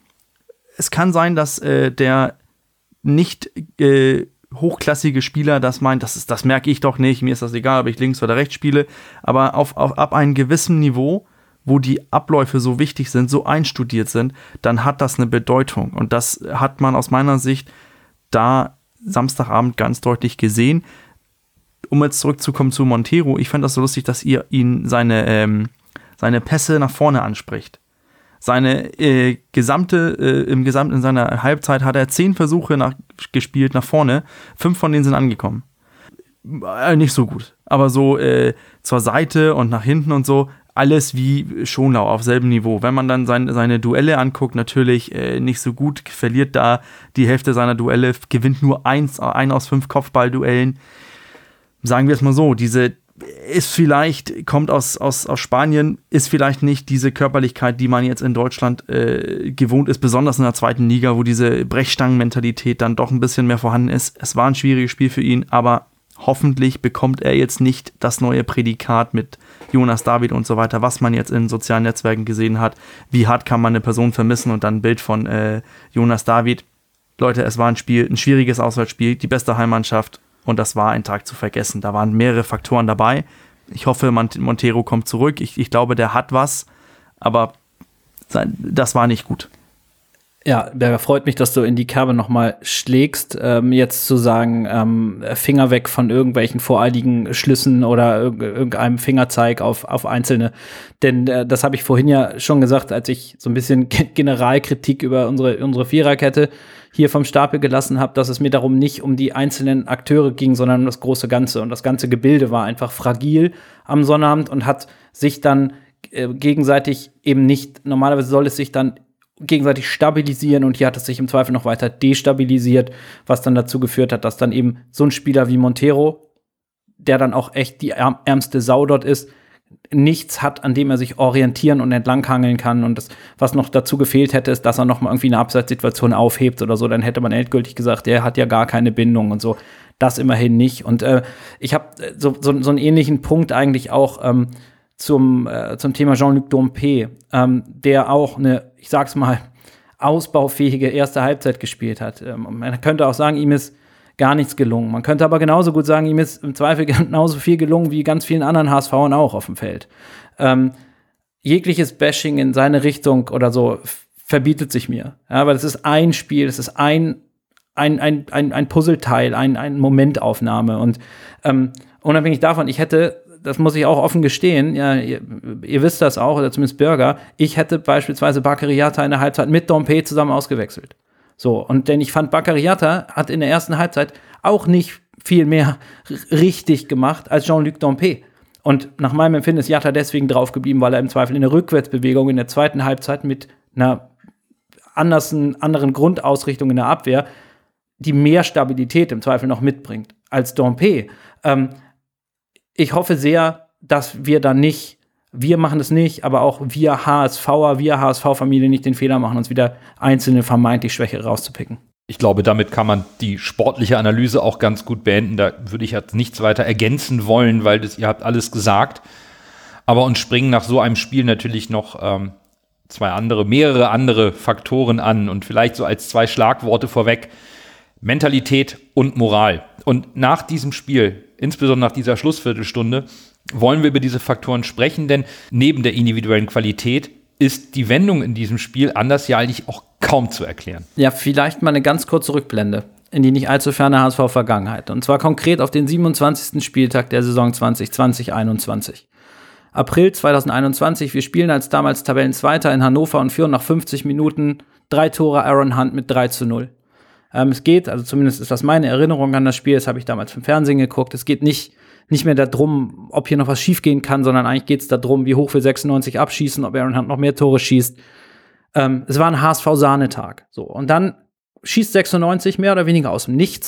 es kann sein, dass äh, der nicht äh, hochklassige Spieler das meint, das, ist, das merke ich doch nicht, mir ist das egal, ob ich links oder rechts spiele, aber auf, auf, ab einem gewissen Niveau, wo die Abläufe so wichtig sind, so einstudiert sind, dann hat das eine Bedeutung und das hat man aus meiner Sicht da Samstagabend ganz deutlich gesehen. Um jetzt zurückzukommen zu Montero, ich fand das so lustig, dass ihr ihn seine, ähm, seine Pässe nach vorne anspricht. Seine äh, gesamte, äh, im Gesamt in seiner Halbzeit hat er zehn Versuche nach, gespielt nach vorne. Fünf von denen sind angekommen. Äh, nicht so gut. Aber so äh, zur Seite und nach hinten und so, alles wie Schonlau auf selben Niveau. Wenn man dann sein, seine Duelle anguckt, natürlich äh, nicht so gut, verliert da die Hälfte seiner Duelle, gewinnt nur eins, ein aus fünf Kopfballduellen. Sagen wir es mal so, diese ist vielleicht, kommt aus, aus, aus Spanien, ist vielleicht nicht diese Körperlichkeit, die man jetzt in Deutschland äh, gewohnt ist, besonders in der zweiten Liga, wo diese Brechstangenmentalität dann doch ein bisschen mehr vorhanden ist. Es war ein schwieriges Spiel für ihn, aber hoffentlich bekommt er jetzt nicht das neue Prädikat mit Jonas David und so weiter, was man jetzt in sozialen Netzwerken gesehen hat. Wie hart kann man eine Person vermissen und dann ein Bild von äh, Jonas David. Leute, es war ein Spiel, ein schwieriges Auswärtsspiel, die beste Heimmannschaft. Und das war ein Tag zu vergessen. Da waren mehrere Faktoren dabei. Ich hoffe, Montero kommt zurück. Ich, ich glaube, der hat was. Aber das war nicht gut. Ja, Berger, freut mich, dass du in die Kerbe nochmal schlägst. Ähm, jetzt zu sagen, ähm, Finger weg von irgendwelchen voreiligen Schlüssen oder irg- irgendeinem Fingerzeig auf, auf Einzelne. Denn äh, das habe ich vorhin ja schon gesagt, als ich so ein bisschen Generalkritik über unsere, unsere Viererkette hier vom Stapel gelassen habe, dass es mir darum nicht um die einzelnen Akteure ging, sondern um das große Ganze. Und das ganze Gebilde war einfach fragil am Sonnabend und hat sich dann äh, gegenseitig eben nicht, normalerweise soll es sich dann gegenseitig stabilisieren und hier hat es sich im Zweifel noch weiter destabilisiert, was dann dazu geführt hat, dass dann eben so ein Spieler wie Montero, der dann auch echt die ärmste Sau dort ist, nichts hat, an dem er sich orientieren und entlanghangeln kann. Und das, was noch dazu gefehlt hätte, ist, dass er noch mal irgendwie eine Abseitssituation aufhebt oder so. Dann hätte man endgültig gesagt, der hat ja gar keine Bindung und so. Das immerhin nicht. Und äh, ich habe so, so, so einen ähnlichen Punkt eigentlich auch ähm, zum, äh, zum Thema Jean-Luc Dompe, ähm, der auch eine, ich sag's mal, ausbaufähige erste Halbzeit gespielt hat. Ähm, man könnte auch sagen, ihm ist gar nichts gelungen. Man könnte aber genauso gut sagen, ihm ist im Zweifel genauso viel gelungen wie ganz vielen anderen HSVern auch auf dem Feld. Ähm, jegliches Bashing in seine Richtung oder so f- verbietet sich mir. Ja, aber das ist ein Spiel, das ist ein, ein, ein, ein, ein Puzzleteil, ein, ein Momentaufnahme. Und ähm, unabhängig davon, ich hätte, das muss ich auch offen gestehen, ja, ihr, ihr wisst das auch, oder zumindest Bürger, ich hätte beispielsweise Bakary Jatta in der Halbzeit mit Dompe zusammen ausgewechselt. So, und denn ich fand, Bakary Jatta hat in der ersten Halbzeit auch nicht viel mehr r- richtig gemacht als Jean-Luc Dompe. Und nach meinem Empfinden ist Jatta deswegen drauf geblieben, weil er im Zweifel in der Rückwärtsbewegung in der zweiten Halbzeit mit einer andersen, anderen Grundausrichtung in der Abwehr die mehr Stabilität im Zweifel noch mitbringt als Dompe. Ähm, ich hoffe sehr, dass wir da nicht Wir machen es nicht, aber auch wir HSVer, wir H S V-Familie nicht den Fehler machen, uns wieder einzelne vermeintlich Schwächere rauszupicken. Ich glaube, damit kann man die sportliche Analyse auch ganz gut beenden. Da würde ich jetzt nichts weiter ergänzen wollen, weil das, ihr habt alles gesagt. Aber uns springen nach so einem Spiel natürlich noch ähm, zwei andere, mehrere andere Faktoren an. Und vielleicht so als zwei Schlagworte vorweg: Mentalität und Moral. Und nach diesem Spiel, insbesondere nach dieser Schlussviertelstunde, wollen wir über diese Faktoren sprechen, denn neben der individuellen Qualität ist die Wendung in diesem Spiel anders ja eigentlich auch kaum zu erklären. Ja, vielleicht mal eine ganz kurze Rückblende in die nicht allzu ferne H S V-Vergangenheit. Und zwar konkret auf den siebenundzwanzigsten Spieltag der Saison zwanzig zwanzig einundzwanzig. April zweitausendeinundzwanzig, wir spielen als damals Tabellenzweiter in Hannover und führen nach fünfzig Minuten drei Tore Aaron Hunt mit drei zu null. Ähm, es geht, also zumindest ist das meine Erinnerung an das Spiel, das habe ich damals im Fernsehen geguckt, es geht nicht nicht mehr darum, ob hier noch was schiefgehen kann, sondern eigentlich geht es darum, wie hoch wir sechsundneunzig abschießen, ob Aaron Hunt noch mehr Tore schießt. Ähm, es war ein H S V-Sahnetag. So. Und dann schießt sechsundneunzig mehr oder weniger aus dem Nichts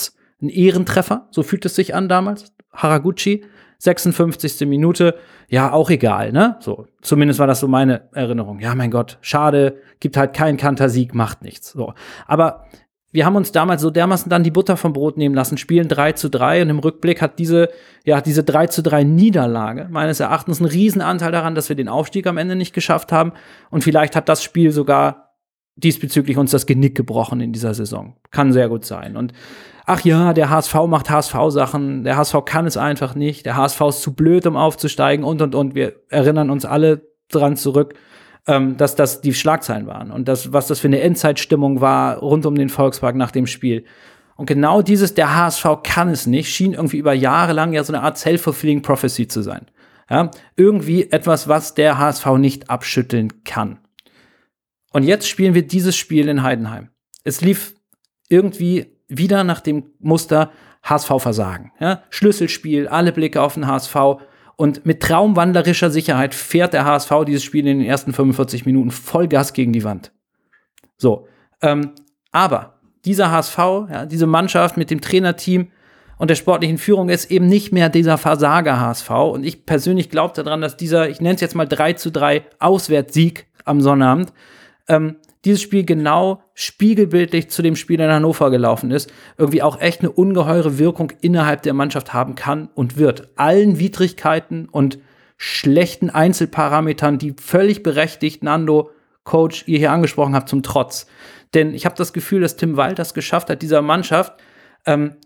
ein Ehrentreffer, so fühlt es sich an damals. Haraguchi, sechsundfünfzigste Minute, ja, auch egal, ne? So, zumindest war das so meine Erinnerung. Ja, mein Gott, schade, gibt halt keinen Kantersieg, macht nichts. So. Aber wir haben uns damals so dermaßen dann die Butter vom Brot nehmen lassen, spielen drei zu drei und im Rückblick hat diese, ja, diese drei zu drei Niederlage meines Erachtens einen Riesenanteil daran, dass wir den Aufstieg am Ende nicht geschafft haben und vielleicht hat das Spiel sogar diesbezüglich uns das Genick gebrochen in dieser Saison. Kann sehr gut sein. Und ach ja, der H S V macht H S V-Sachen, der H S V kann es einfach nicht, der H S V ist zu blöd, um aufzusteigen und, und, und. Wir erinnern uns alle dran zurück, ähm, dass das die Schlagzeilen waren und das, was das für eine Endzeitstimmung war rund um den Volkspark nach dem Spiel. Und genau dieses, der H S V kann es nicht, schien irgendwie über Jahre lang ja so eine Art self-fulfilling prophecy zu sein. Ja? Irgendwie etwas, was der H S V nicht abschütteln kann. Und jetzt spielen wir dieses Spiel in Heidenheim. Es lief irgendwie wieder nach dem Muster H S V-Versagen. Ja? Schlüsselspiel, alle Blicke auf den H S V. Und mit traumwandlerischer Sicherheit fährt der H S V dieses Spiel in den ersten fünfundvierzig Minuten Vollgas gegen die Wand. So, ähm, aber dieser H S V, ja, diese Mannschaft mit dem Trainerteam und der sportlichen Führung ist eben nicht mehr dieser Versager-H S V. Und ich persönlich glaube daran, dass dieser, ich nenne es jetzt mal drei zu drei Auswärtssieg am Sonnabend, ähm, dieses Spiel genau spiegelbildlich zu dem Spiel in Hannover gelaufen ist, irgendwie auch echt eine ungeheure Wirkung innerhalb der Mannschaft haben kann und wird. Allen Widrigkeiten und schlechten Einzelparametern, die völlig berechtigt, Nando, Coach, ihr hier angesprochen habt, zum Trotz. Denn ich habe das Gefühl, dass Tim Walter es geschafft hat, dieser Mannschaft ähm,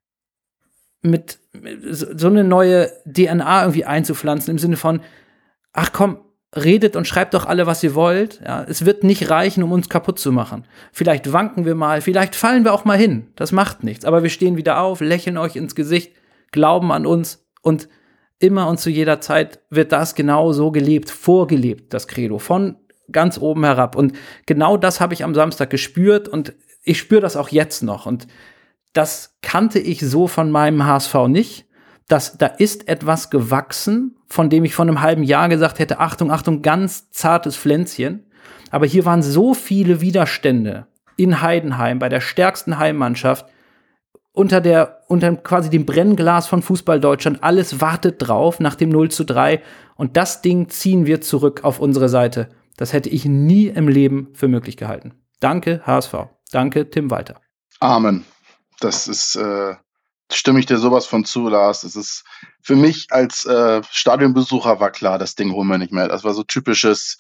mit, mit so eine neue D N A irgendwie einzupflanzen, im Sinne von, ach komm, redet und schreibt doch alle, was ihr wollt. Ja, es wird nicht reichen, um uns kaputt zu machen. Vielleicht wanken wir mal, vielleicht fallen wir auch mal hin. Das macht nichts. Aber wir stehen wieder auf, lächeln euch ins Gesicht, glauben an uns und immer und zu jeder Zeit wird das genau so gelebt, vorgelebt, das Credo, von ganz oben herab. Und genau das habe ich am Samstag gespürt und ich spüre das auch jetzt noch. Und das kannte ich so von meinem H S V nicht. Dass da ist etwas gewachsen, von dem ich vor einem halben Jahr gesagt hätte, Achtung, Achtung, ganz zartes Pflänzchen. Aber hier waren so viele Widerstände in Heidenheim, bei der stärksten Heimmannschaft, unter der, unter quasi dem Brennglas von Fußball Deutschland. Alles wartet drauf nach dem null zu drei. Und das Ding ziehen wir zurück auf unsere Seite. Das hätte ich nie im Leben für möglich gehalten. Danke, H S V. Danke, Tim Walter. Amen. Das ist, äh stimme ich dir sowas von zu, Lars. Es ist für mich als äh, Stadionbesucher war klar, das Ding holen wir nicht mehr. Das war so typisches,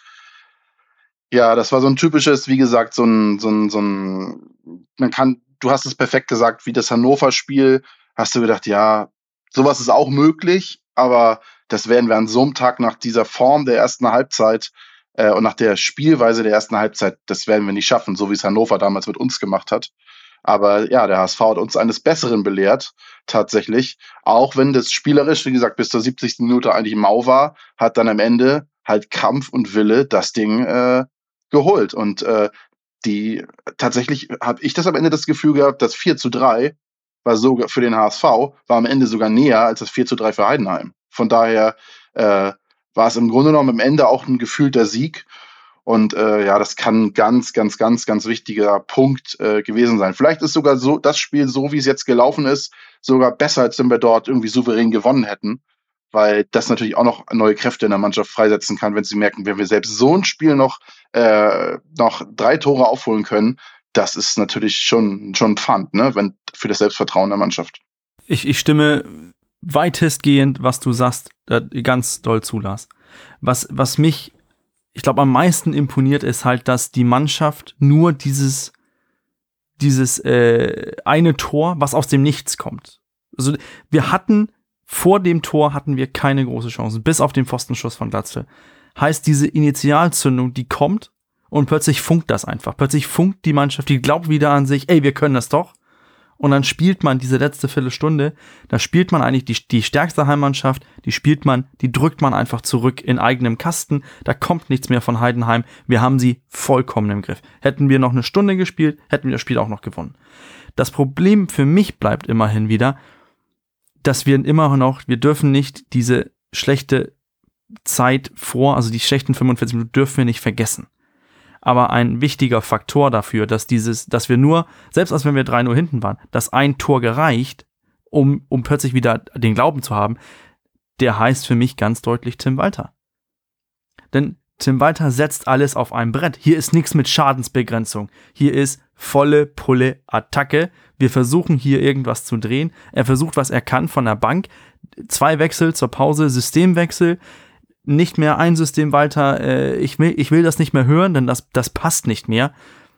ja, das war so ein typisches, wie gesagt, so ein, so ein, so ein, man kann, du hast es perfekt gesagt, wie das Hannover-Spiel, hast du gedacht, ja, sowas ist auch möglich, aber das werden wir an so einem Tag nach dieser Form der ersten Halbzeit äh, und nach der Spielweise der ersten Halbzeit, das werden wir nicht schaffen, so wie es Hannover damals mit uns gemacht hat. Aber ja, der H S V hat uns eines Besseren belehrt, tatsächlich. Auch wenn das spielerisch, wie gesagt, bis zur siebzigsten Minute eigentlich mau war, hat dann am Ende halt Kampf und Wille das Ding äh, geholt. Und äh, die tatsächlich habe ich das am Ende das Gefühl gehabt, das vier zu drei war sogar für den H S V, war am Ende sogar näher als das vier zu drei für Heidenheim. Von daher äh, war es im Grunde genommen am Ende auch ein gefühlter Sieg. Und äh, ja, das kann ein ganz, ganz, ganz, ganz wichtiger Punkt äh, gewesen sein. Vielleicht ist sogar so das Spiel, so wie es jetzt gelaufen ist, sogar besser, als wenn wir dort irgendwie souverän gewonnen hätten. Weil das natürlich auch noch neue Kräfte in der Mannschaft freisetzen kann, wenn sie merken, wenn wir selbst so ein Spiel noch, äh, noch drei Tore aufholen können, das ist natürlich schon, schon ein Pfand, ne? Wenn, für das Selbstvertrauen der Mannschaft. Ich, ich stimme weitestgehend, was du sagst, ganz doll zu, Lars. Was, was mich ich glaube, am meisten imponiert ist halt, dass die Mannschaft nur dieses, dieses äh, eine Tor, was aus dem Nichts kommt. Also wir hatten, vor dem Tor hatten wir keine große Chance, bis auf den Pfostenschuss von Glatzel. Heißt, diese Initialzündung, die kommt und plötzlich funkt das einfach. Plötzlich funkt die Mannschaft, die glaubt wieder an sich, ey, wir können das doch. Und dann spielt man diese letzte Viertelstunde, da spielt man eigentlich die, die stärkste Heimmannschaft, die spielt man, die drückt man einfach zurück in eigenem Kasten, da kommt nichts mehr von Heidenheim, wir haben sie vollkommen im Griff. Hätten wir noch eine Stunde gespielt, hätten wir das Spiel auch noch gewonnen. Das Problem für mich bleibt immerhin wieder, dass wir immer noch, wir dürfen nicht diese schlechte Zeit vor, also die schlechten fünfundvierzig Minuten dürfen wir nicht vergessen. aber ein wichtiger Faktor dafür, dass dieses, dass wir nur, selbst als wenn wir drei null hinten waren, dass ein Tor gereicht, um, um plötzlich wieder den Glauben zu haben, der heißt für mich ganz deutlich Tim Walter. Denn Tim Walter setzt alles auf ein Brett. Hier ist nichts mit Schadensbegrenzung. Hier ist volle Pulle Attacke. Wir versuchen hier irgendwas zu drehen. Er versucht, was er kann von der Bank. Zwei Wechsel zur Pause, Systemwechsel. Nicht mehr ein System Walter. Äh, ich will, ich will das nicht mehr hören, denn das, das passt nicht mehr.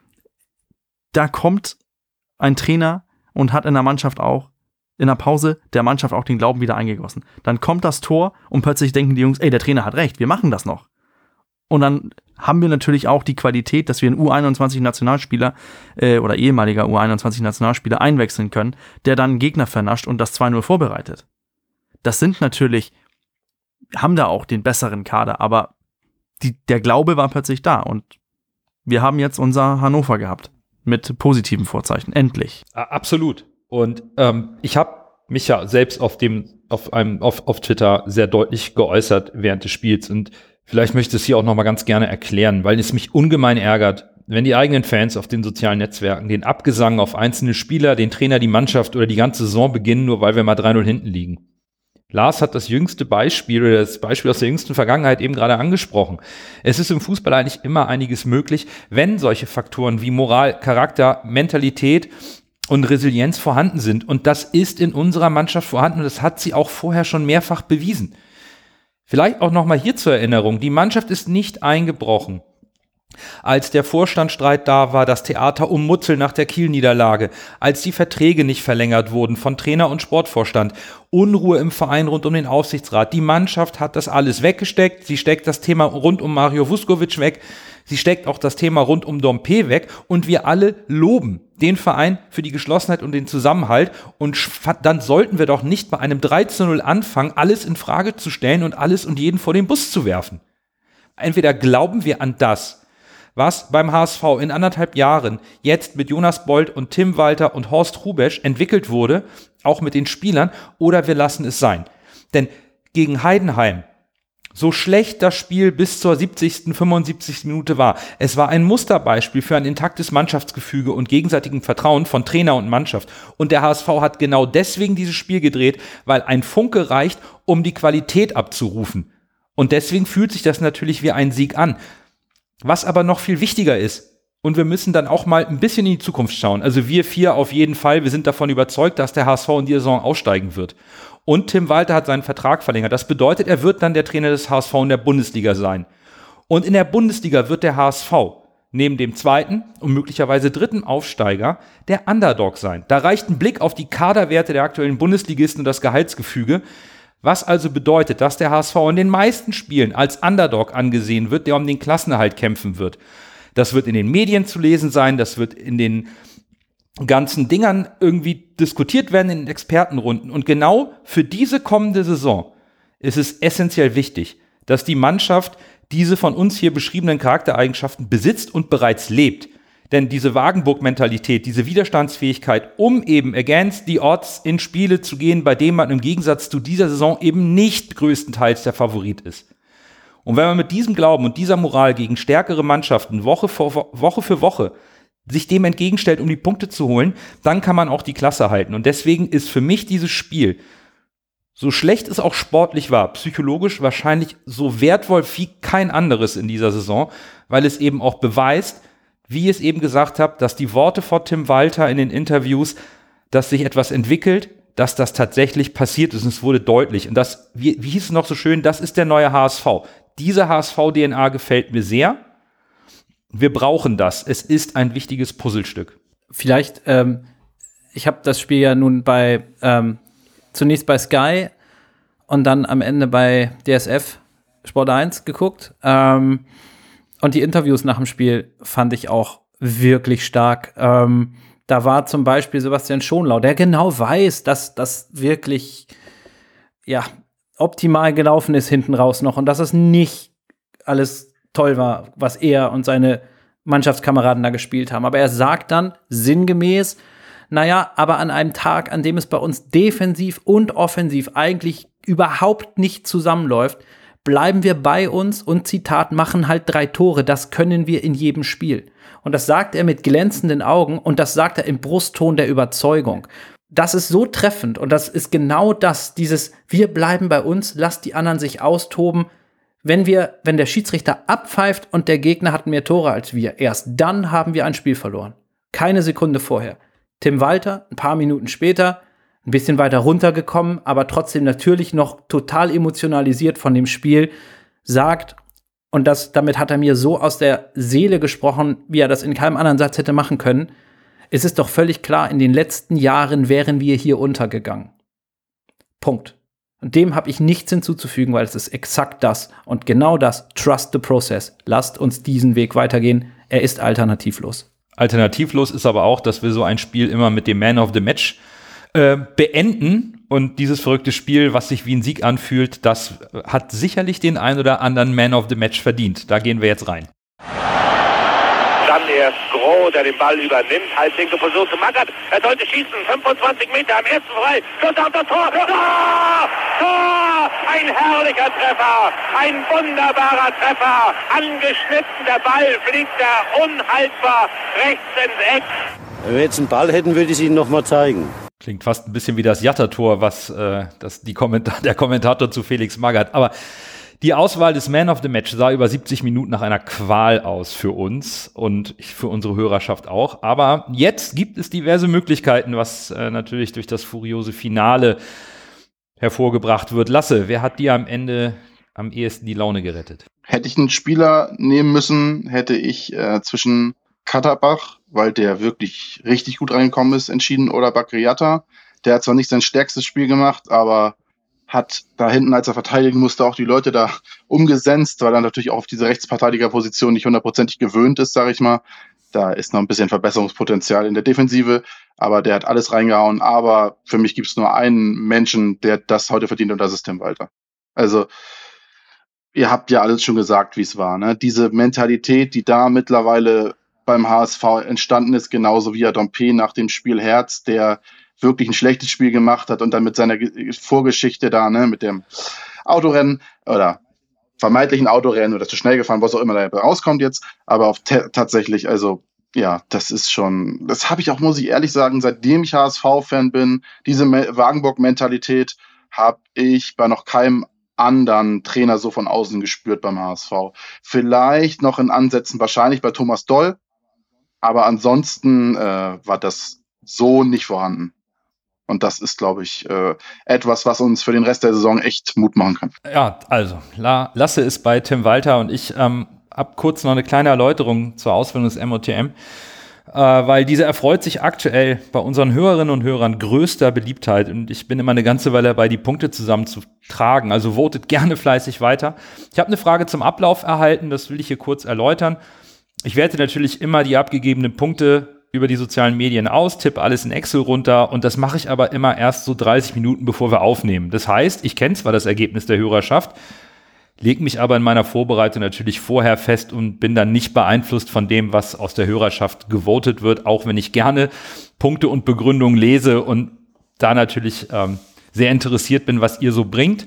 Da kommt ein Trainer und hat in der Mannschaft auch in der Pause der Mannschaft auch den Glauben wieder eingegossen. Dann kommt das Tor und plötzlich denken die Jungs, ey, der Trainer hat recht, wir machen das noch. Und dann haben wir natürlich auch die Qualität, dass wir einen U einundzwanzig-Nationalspieler äh, oder ehemaliger U einundzwanzig-Nationalspieler einwechseln können, der dann einen Gegner vernascht und das zwei null vorbereitet. Das sind natürlich, haben da auch den besseren Kader, aber die, der Glaube war plötzlich da und wir haben jetzt unser Hannover gehabt mit positiven Vorzeichen, endlich. Absolut. Und ähm, ich habe mich ja selbst auf dem, auf einem, auf, auf Twitter sehr deutlich geäußert während des Spiels und vielleicht möchte ich es hier auch noch mal ganz gerne erklären, weil es mich ungemein ärgert, wenn die eigenen Fans auf den sozialen Netzwerken den Abgesang auf einzelne Spieler, den Trainer, die Mannschaft oder die ganze Saison beginnen, nur weil wir mal drei null hinten liegen. Lars hat das jüngste Beispiel oder das Beispiel aus der jüngsten Vergangenheit eben gerade angesprochen. Es ist im Fußball eigentlich immer einiges möglich, wenn solche Faktoren wie Moral, Charakter, Mentalität und Resilienz vorhanden sind. Und das ist in unserer Mannschaft vorhanden und das hat sie auch vorher schon mehrfach bewiesen. Vielleicht auch noch mal hier zur Erinnerung, die Mannschaft ist nicht eingebrochen, als der Vorstandsstreit da war, das Theater um Mutzel nach der Kiel-Niederlage, als die Verträge nicht verlängert wurden von Trainer und Sportvorstand, Unruhe im Verein rund um den Aufsichtsrat. Die Mannschaft hat das alles weggesteckt, sie steckt das Thema rund um Mario Vuskovic weg, sie steckt auch das Thema rund um Dompe weg und wir alle loben den Verein für die Geschlossenheit und den Zusammenhalt und dann sollten wir doch nicht bei einem drei zu null anfangen, alles in Frage zu stellen und alles und jeden vor den Bus zu werfen. Entweder glauben wir an das, was beim H S V in anderthalb Jahren jetzt mit Jonas Bold und Tim Walter und Horst Hrubesch entwickelt wurde, auch mit den Spielern, oder wir lassen es sein. Denn gegen Heidenheim, so schlecht das Spiel bis zur siebzigsten, fünfundsiebzigsten Minute war, es war ein Musterbeispiel für ein intaktes Mannschaftsgefüge und gegenseitigen Vertrauen von Trainer und Mannschaft. Und der H S V hat genau deswegen dieses Spiel gedreht, weil ein Funke reicht, um die Qualität abzurufen. Und deswegen fühlt sich das natürlich wie ein Sieg an. Was aber noch viel wichtiger ist, und wir müssen dann auch mal ein bisschen in die Zukunft schauen, also wir vier auf jeden Fall, wir sind davon überzeugt, dass der H S V in dieser Saison aussteigen wird. Und Tim Walter hat seinen Vertrag verlängert. Das bedeutet, er wird dann der Trainer des H S V in der Bundesliga sein. Und in der Bundesliga wird der H S V neben dem zweiten und möglicherweise dritten Aufsteiger der Underdog sein. Da reicht ein Blick auf die Kaderwerte der aktuellen Bundesligisten und das Gehaltsgefüge, was also bedeutet, dass der H S V in den meisten Spielen als Underdog angesehen wird, der um den Klassenerhalt kämpfen wird. Das wird in den Medien zu lesen sein, das wird in den ganzen Dingern irgendwie diskutiert werden in den Expertenrunden. Und genau für diese kommende Saison ist es essentiell wichtig, dass die Mannschaft diese von uns hier beschriebenen Charaktereigenschaften besitzt und bereits lebt. Denn diese Wagenburg-Mentalität, diese Widerstandsfähigkeit, um eben against the odds in Spiele zu gehen, bei denen man im Gegensatz zu dieser Saison eben nicht größtenteils der Favorit ist. Und wenn man mit diesem Glauben und dieser Moral gegen stärkere Mannschaften Woche für Woche für Woche sich dem entgegenstellt, um die Punkte zu holen, dann kann man auch die Klasse halten. Und deswegen ist für mich dieses Spiel, so schlecht es auch sportlich war, psychologisch wahrscheinlich so wertvoll wie kein anderes in dieser Saison, weil es eben auch beweist, wie ich es eben gesagt habe, dass die Worte von Tim Walter in den Interviews, dass sich etwas entwickelt, dass das tatsächlich passiert ist und es wurde deutlich. Und das, wie, wie hieß es noch so schön, das ist der neue H S V. Diese H S V-D N A gefällt mir sehr. Wir brauchen das. Es ist ein wichtiges Puzzlestück. Vielleicht, ähm, ich habe das Spiel ja nun bei, ähm, zunächst bei Sky und dann am Ende bei D S F Sport eins geguckt. Ähm, und die Interviews nach dem Spiel fand ich auch wirklich stark. Ähm, da war zum Beispiel Sebastian Schonlau, der genau weiß, dass das wirklich, ja, optimal gelaufen ist hinten raus noch und dass es nicht alles toll war, was er und seine Mannschaftskameraden da gespielt haben. Aber er sagt dann sinngemäß, naja, aber an einem Tag, an dem es bei uns defensiv und offensiv eigentlich überhaupt nicht zusammenläuft, bleiben wir bei uns und Zitat, machen halt drei Tore, das können wir in jedem Spiel. Und das sagt er mit glänzenden Augen und das sagt er im Brustton der Überzeugung. Das ist so treffend und das ist genau das, dieses wir bleiben bei uns, lasst die anderen sich austoben. Wenn wir, wenn der Schiedsrichter abpfeift und der Gegner hat mehr Tore als wir, erst dann haben wir ein Spiel verloren. Keine Sekunde vorher. Tim Walter, ein paar Minuten später, ein bisschen weiter runtergekommen, aber trotzdem natürlich noch total emotionalisiert von dem Spiel, sagt, und das, damit hat er mir so aus der Seele gesprochen, wie er das in keinem anderen Satz hätte machen können, es ist doch völlig klar, in den letzten Jahren wären wir hier untergegangen. Punkt. Und dem habe ich nichts hinzuzufügen, weil es ist exakt das. Und genau das, trust the process. Lasst uns diesen Weg weitergehen. Er ist alternativlos. Alternativlos ist aber auch, dass wir so ein Spiel immer mit dem Man of the Match äh, beenden. Und dieses verrückte Spiel, was sich wie ein Sieg anfühlt, das hat sicherlich den ein oder anderen Man of the Match verdient. Da gehen wir jetzt rein. Dann erst Groh, der den Ball übernimmt. Halblinke Position zu Magath. Er sollte schießen. fünfundzwanzig Meter am ersten frei. Schuss auf das Tor. Tor! Tor! Ein herrlicher Treffer. Ein wunderbarer Treffer. Angeschnitten. Der Ball fliegt da unhaltbar rechts ins Eck. Wenn wir jetzt einen Ball hätten, würde ich es Ihnen noch mal zeigen. Klingt fast ein bisschen wie das Jatta-Tor, was äh, das die Kommentar- der Kommentator zu Felix Magath. Aber die Auswahl des Man of the Match sah über siebzig Minuten nach einer Qual aus für uns und für unsere Hörerschaft auch. Aber jetzt gibt es diverse Möglichkeiten, was äh, natürlich durch das furiose Finale hervorgebracht wird. Lasse, wer hat dir am Ende am ehesten die Laune gerettet? Hätte ich einen Spieler nehmen müssen, hätte ich äh, zwischen Katterbach, weil der wirklich richtig gut reingekommen ist, entschieden, oder Bakri Yatta. Der hat zwar nicht sein stärkstes Spiel gemacht, aber hat da hinten, als er verteidigen musste, auch die Leute da umgesenzt, weil er natürlich auch auf diese Rechtsverteidigerposition nicht hundertprozentig gewöhnt ist, sage ich mal. Da ist noch ein bisschen Verbesserungspotenzial in der Defensive, aber der hat alles reingehauen. Aber für mich gibt es nur einen Menschen, der das heute verdient, und das ist Tim Walter. Also, ihr habt ja alles schon gesagt, wie es war, ne? Diese Mentalität, die da mittlerweile beim H S V entstanden ist, genauso wie ja Dompe nach dem Spiel Herz, der wirklich ein schlechtes Spiel gemacht hat und dann mit seiner Vorgeschichte da, ne, mit dem Autorennen oder vermeintlichen Autorennen oder zu schnell gefahren, was auch immer da rauskommt jetzt, aber auf t- tatsächlich, also ja, das ist schon, das habe ich auch, muss ich ehrlich sagen, seitdem ich H S V-Fan bin, diese Me- Wagenburg-Mentalität habe ich bei noch keinem anderen Trainer so von außen gespürt beim H S V. Vielleicht noch in Ansätzen, wahrscheinlich bei Thomas Doll, aber ansonsten äh, war das so nicht vorhanden. Und das ist, glaube ich, äh, etwas, was uns für den Rest der Saison echt Mut machen kann. Ja, also, La- Lasse ist bei Tim Walter und ich ähm, habe kurz noch eine kleine Erläuterung zur Auswählung des M O T M, äh, weil diese erfreut sich aktuell bei unseren Hörerinnen und Hörern größter Beliebtheit und ich bin immer eine ganze Weile dabei, die Punkte zusammenzutragen. Also votet gerne fleißig weiter. Ich habe eine Frage zum Ablauf erhalten, das will ich hier kurz erläutern. Ich werte natürlich immer die abgegebenen Punkte über die sozialen Medien aus, tippe alles in Excel runter und das mache ich aber immer erst so dreißig Minuten, bevor wir aufnehmen. Das heißt, ich kenne zwar das Ergebnis der Hörerschaft, lege mich aber in meiner Vorbereitung natürlich vorher fest und bin dann nicht beeinflusst von dem, was aus der Hörerschaft gewotet wird, auch wenn ich gerne Punkte und Begründungen lese und da natürlich ähm, sehr interessiert bin, was ihr so bringt.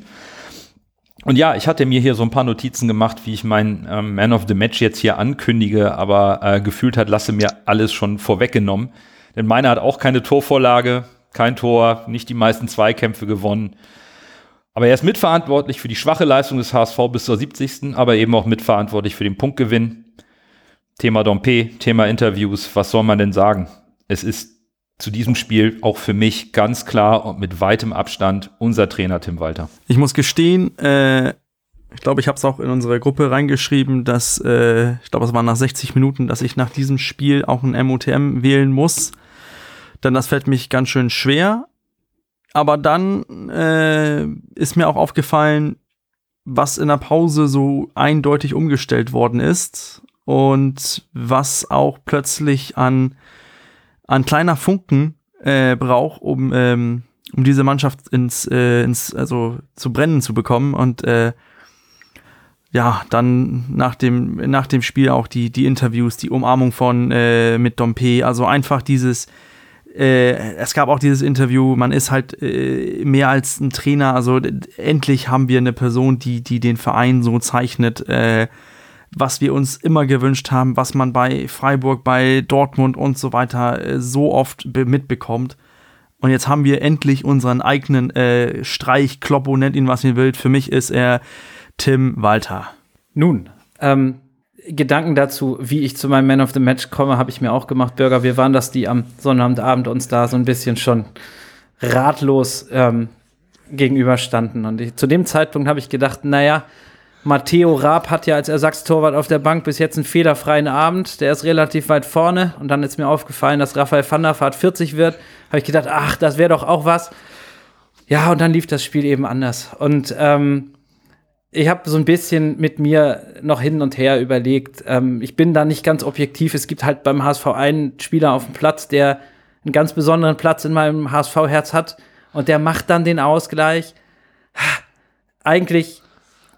Und ja, ich hatte mir hier so ein paar Notizen gemacht, wie ich meinen ähm, Man of the Match jetzt hier ankündige, aber äh, gefühlt hat Lasse mir alles schon vorweggenommen. Denn meiner hat auch keine Torvorlage, kein Tor, nicht die meisten Zweikämpfe gewonnen. Aber er ist mitverantwortlich für die schwache Leistung des H S V bis zur siebzigsten, aber eben auch mitverantwortlich für den Punktgewinn. Thema Dompe, Thema Interviews, was soll man denn sagen? Es ist zu diesem Spiel auch für mich ganz klar und mit weitem Abstand unser Trainer Tim Walter. Ich muss gestehen, äh, ich glaube, ich habe es auch in unsere Gruppe reingeschrieben, dass, äh, ich glaube, es waren nach sechzig Minuten, dass ich nach diesem Spiel auch ein M O T M wählen muss. Denn das fällt mich ganz schön schwer. Aber dann äh, ist mir auch aufgefallen, was in der Pause so eindeutig umgestellt worden ist und was auch plötzlich an an kleiner Funken äh, braucht, um ähm, um diese Mannschaft ins äh, ins also zu brennen zu bekommen und äh, ja dann nach dem nach dem Spiel auch die die Interviews, die Umarmung von äh, mit Dompe, also einfach dieses Äh, es gab auch dieses Interview, man ist halt äh, mehr als ein Trainer, also d- endlich haben wir eine Person, die, die den Verein so zeichnet, äh, was wir uns immer gewünscht haben, was man bei Freiburg, bei Dortmund und so weiter äh, so oft be- mitbekommt. Und jetzt haben wir endlich unseren eigenen äh, Streich, Kloppo, nennt ihn, was ihr wollt. Für mich ist er Tim Walter. Nun, ähm, Gedanken dazu, wie ich zu meinem Man of the Match komme, habe ich mir auch gemacht. Bürger, wir waren das, die am Sonnabendabend uns da so ein bisschen schon ratlos ähm, gegenüberstanden. Und ich, zu dem Zeitpunkt habe ich gedacht, naja, Matteo Raab hat ja als Ersatztorwart auf der Bank bis jetzt einen fehlerfreien Abend. Der ist relativ weit vorne. Und dann ist mir aufgefallen, dass Raphael van der Vaart vierzig wird. Habe ich gedacht, ach, das wäre doch auch was. Ja, und dann lief das Spiel eben anders. Und ähm, ich habe so ein bisschen mit mir noch hin und her überlegt. Ähm, ich bin da nicht ganz objektiv. Es gibt halt beim H S V einen Spieler auf dem Platz, der einen ganz besonderen Platz in meinem H S V-Herz hat. Und der macht dann den Ausgleich. Eigentlich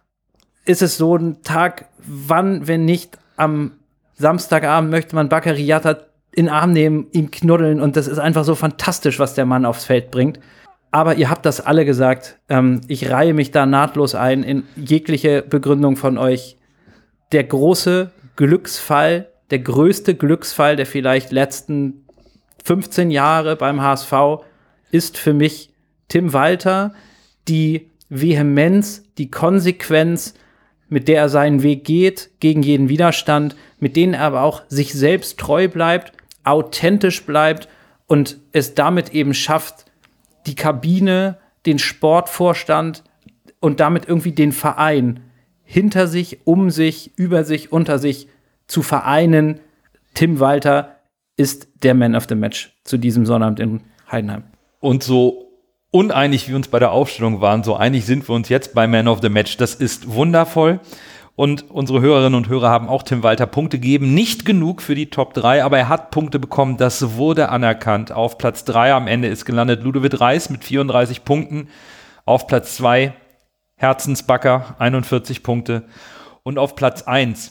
ist es so ein Tag, wann, wenn nicht am Samstagabend, möchte man Bakary Yatta in den Arm nehmen, ihm knuddeln. Und das ist einfach so fantastisch, was der Mann aufs Feld bringt. Aber ihr habt das alle gesagt. Ähm, ich reihe mich da nahtlos ein in jegliche Begründung von euch. Der große Glücksfall, der größte Glücksfall der vielleicht letzten fünfzehn Jahre beim H S V ist für mich Tim Walter. Die Vehemenz, die Konsequenz, mit der er seinen Weg geht, gegen jeden Widerstand, mit denen er aber auch sich selbst treu bleibt, authentisch bleibt und es damit eben schafft, die Kabine, den Sportvorstand und damit irgendwie den Verein hinter sich, um sich, über sich, unter sich zu vereinen. Tim Walter ist der Man of the Match zu diesem Sonnabend in Heidenheim. Und so uneinig wie wir uns bei der Aufstellung waren, so einig sind wir uns jetzt bei Man of the Match. Das ist wundervoll. Und unsere Hörerinnen und Hörer haben auch Tim Walter Punkte gegeben. Nicht genug für die Top drei, aber er hat Punkte bekommen. Das wurde anerkannt. Auf Platz drei am Ende ist gelandet Ludovic Reis mit vierunddreißig Punkten. Auf Platz zwei Herzensbacker, einundvierzig Punkte. Und auf Platz eins,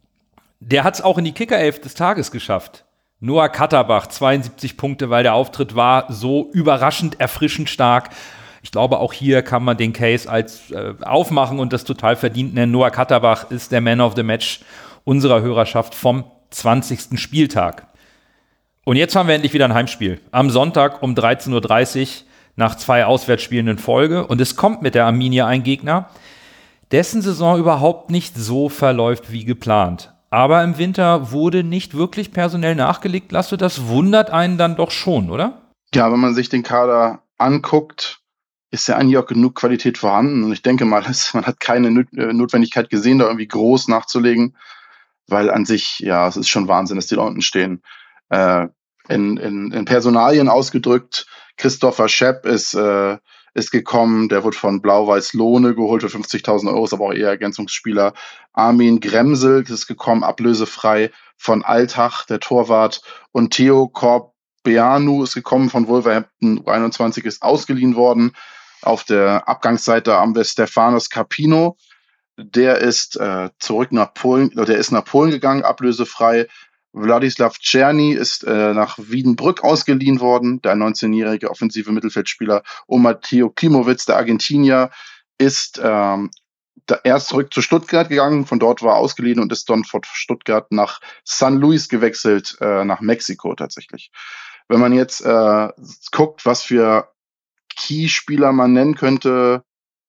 der hat es auch in die Kickerelf des Tages geschafft. Noah Katterbach, zweiundsiebzig Punkte, weil der Auftritt war so überraschend, erfrischend stark. Ich glaube, auch hier kann man den Case als äh, aufmachen und das total verdient nennen. Noah Katterbach ist der Man of the Match unserer Hörerschaft vom zwanzigsten Spieltag. Und jetzt haben wir endlich wieder ein Heimspiel. Am Sonntag um dreizehn Uhr dreißig nach zwei Auswärtsspielen in Folge. Und es kommt mit der Arminia ein Gegner, dessen Saison überhaupt nicht so verläuft wie geplant. Aber im Winter wurde nicht wirklich personell nachgelegt. Lasse, das wundert einen dann doch schon, oder? Ja, wenn man sich den Kader anguckt, ist ja eigentlich auch genug Qualität vorhanden. Und ich denke mal, man hat keine Notwendigkeit gesehen, da irgendwie groß nachzulegen, weil an sich, ja, es ist schon Wahnsinn, dass die da unten stehen. Äh, in, in, in Personalien ausgedrückt, Christopher Schepp ist, äh, ist gekommen, der wurde von Blau-Weiß Lohne geholt für fünfzigtausend Euro, ist aber auch eher Ergänzungsspieler. Armin Gremsel ist gekommen, ablösefrei von Altach, der Torwart. Und Theo Corbeanu ist gekommen von Wolverhampton, U einundzwanzig ist ausgeliehen worden. Auf der Abgangsseite haben wir Stefanos Capino, der ist äh, zurück nach Polen, der ist nach Polen gegangen, ablösefrei. Wladislav Czerny ist äh, nach Wiedenbrück ausgeliehen worden, der neunzehnjährige offensive Mittelfeldspieler. Und Matteo Klimowitz, der Argentinier, ist ähm, da erst zurück zu Stuttgart gegangen, von dort war er ausgeliehen und ist dann von Stuttgart nach San Luis gewechselt, äh, nach Mexiko tatsächlich. Wenn man jetzt äh, guckt, was für Key-Spieler man nennen könnte,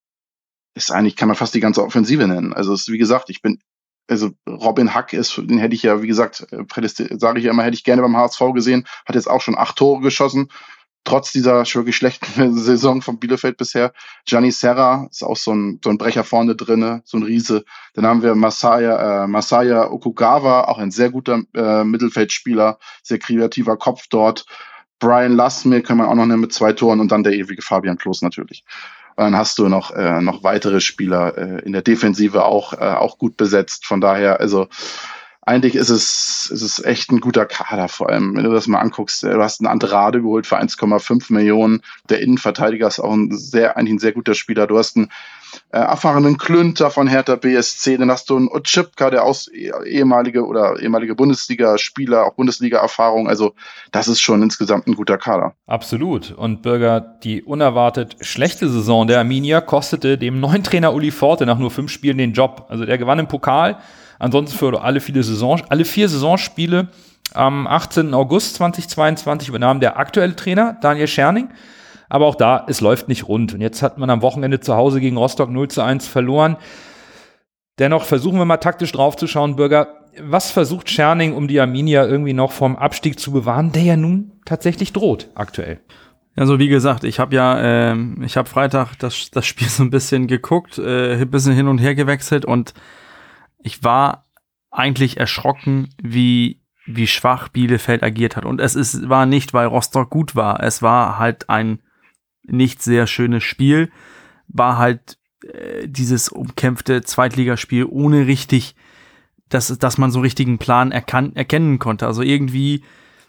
ist eigentlich, kann man fast die ganze Offensive nennen. Also es ist, wie gesagt, ich bin, also Robin Hack ist, den hätte ich ja, wie gesagt, sage ich ja immer, hätte ich gerne beim H S V gesehen, hat jetzt auch schon acht Tore geschossen, trotz dieser wirklich schlechten Saison von Bielefeld bisher. Gianni Serra ist auch so ein, so ein Brecher vorne drinne, so ein Riese. Dann haben wir Masaya, äh, Masaya Okugawa, auch ein sehr guter äh, Mittelfeldspieler, sehr kreativer Kopf dort. Brian Lasmir kann man auch noch nennen mit zwei Toren und dann der ewige Fabian Klos natürlich. Und dann hast du noch, äh, noch weitere Spieler äh, in der Defensive auch, äh, auch gut besetzt. Von daher, also eigentlich ist es, ist es echt ein guter Kader, vor allem, wenn du das mal anguckst. Du hast einen Andrade geholt für eins Komma fünf Millionen. Der Innenverteidiger ist auch ein sehr, eigentlich ein sehr guter Spieler. Du hast einen äh, erfahrenen Klünter von Hertha B S C, dann hast du einen Otschipka, der aus ehemalige oder ehemalige Bundesliga-Spieler, auch Bundesliga-Erfahrung, also das ist schon insgesamt ein guter Kader. Absolut. Und Bürger, die unerwartet schlechte Saison der Arminia kostete dem neuen Trainer Uli Forte nach nur fünf Spielen den Job. Also der gewann im Pokal, ansonsten für alle viele Saison, alle vier Saisonspiele. Am achtzehnten August zweitausendzweiundzwanzig übernahm der aktuelle Trainer Daniel Scherning. Aber auch da, es läuft nicht rund. Und jetzt hat man am Wochenende zu Hause gegen Rostock null zu eins verloren. Dennoch versuchen wir mal taktisch drauf zu schauen, Bürger. Was versucht Scherning, um die Arminia irgendwie noch vom Abstieg zu bewahren, der ja nun tatsächlich droht aktuell? Also wie gesagt, ich habe ja, ähm, ich habe Freitag das, das Spiel so ein bisschen geguckt, äh, ein bisschen hin und her gewechselt und ich war eigentlich erschrocken, wie wie schwach Bielefeld agiert hat. Und es ist, war nicht, weil Rostock gut war. Es war halt ein nicht sehr schönes Spiel. War halt äh, dieses umkämpfte Zweitligaspiel ohne richtig, dass, dass man so richtigen Plan erkan- erkennen konnte. Also irgendwie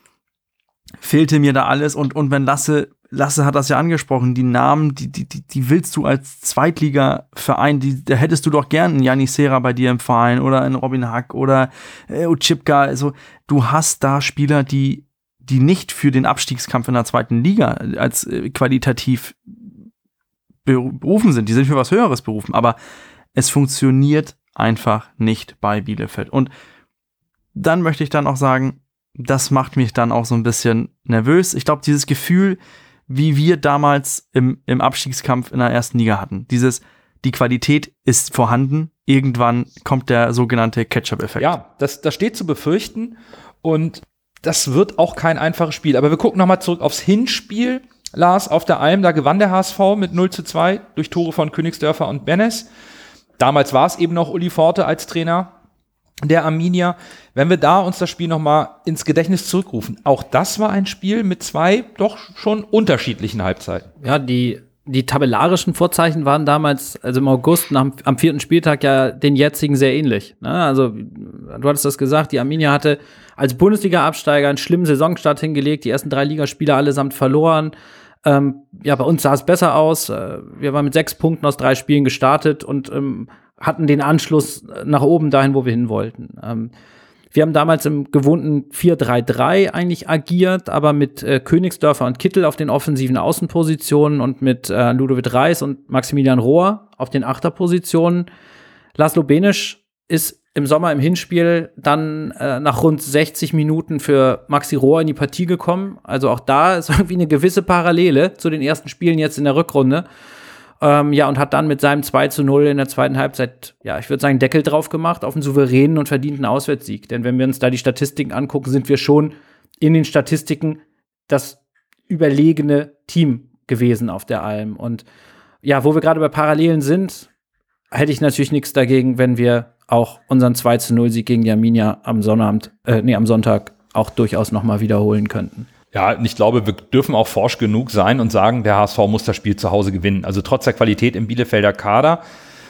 fehlte mir da alles. Und, und wenn Lasse, Lasse hat das ja angesprochen, die Namen, die, die, die, die willst du als Zweitliga-Verein, die, da hättest du doch gern einen Janis Serra bei dir im Verein oder einen Robin Hack oder äh, Otschipka. Also du hast da Spieler, die, die nicht für den Abstiegskampf in der zweiten Liga als äh, qualitativ berufen sind. Die sind für was Höheres berufen, aber es funktioniert einfach nicht bei Bielefeld. Und dann möchte ich dann auch sagen, das macht mich dann auch so ein bisschen nervös. Ich glaube, dieses Gefühl, wie wir damals im, im Abstiegskampf in der ersten Liga hatten, dieses, die Qualität ist vorhanden, irgendwann kommt der sogenannte Ketchup-Effekt. Ja, das, das steht zu befürchten und das wird auch kein einfaches Spiel. Aber wir gucken nochmal zurück aufs Hinspiel. Lars, auf der Alm, da gewann der H S V mit null zu zwei durch Tore von Königsdörfer und Bennes. Damals war es eben noch Uli Forte als Trainer der Arminia. Wenn wir da uns das Spiel nochmal ins Gedächtnis zurückrufen, auch das war ein Spiel mit zwei doch schon unterschiedlichen Halbzeiten. Ja, die, die tabellarischen Vorzeichen waren damals, also im August, nach, am vierten Spieltag ja den jetzigen sehr ähnlich. Ne? Also du hattest das gesagt, die Arminia hatte als Bundesliga-Absteiger einen schlimmen Saisonstart hingelegt, die ersten drei Ligaspiele allesamt verloren. Ähm, ja, bei uns sah es besser aus. Wir waren mit sechs Punkten aus drei Spielen gestartet und ähm, hatten den Anschluss nach oben dahin, wo wir hin wollten. Ähm, wir haben damals im gewohnten vier drei drei eigentlich agiert, aber mit äh, Königsdörfer und Kittel auf den offensiven Außenpositionen und mit äh, Ludovic Reis und Maximilian Rohr auf den Achterpositionen. Laszlo Benisch ist im Sommer im Hinspiel dann äh, nach rund sechzig Minuten für Maxi Rohr in die Partie gekommen. Also auch da ist irgendwie eine gewisse Parallele zu den ersten Spielen jetzt in der Rückrunde. Ähm, ja, und hat dann mit seinem zwei zu null in der zweiten Halbzeit, ja, ich würde sagen, Deckel drauf gemacht auf einen souveränen und verdienten Auswärtssieg. Denn wenn wir uns da die Statistiken angucken, sind wir schon in den Statistiken das überlegene Team gewesen auf der Alm. Und ja, wo wir gerade bei Parallelen sind, hätte ich natürlich nichts dagegen, wenn wir auch unseren zwei zu null Sieg gegen die Arminia am Sonnabend, äh, nee, am Sonntag auch durchaus noch mal wiederholen könnten. Ja, und ich glaube, wir dürfen auch forsch genug sein und sagen, der H S V muss das Spiel zu Hause gewinnen. Also trotz der Qualität im Bielefelder Kader.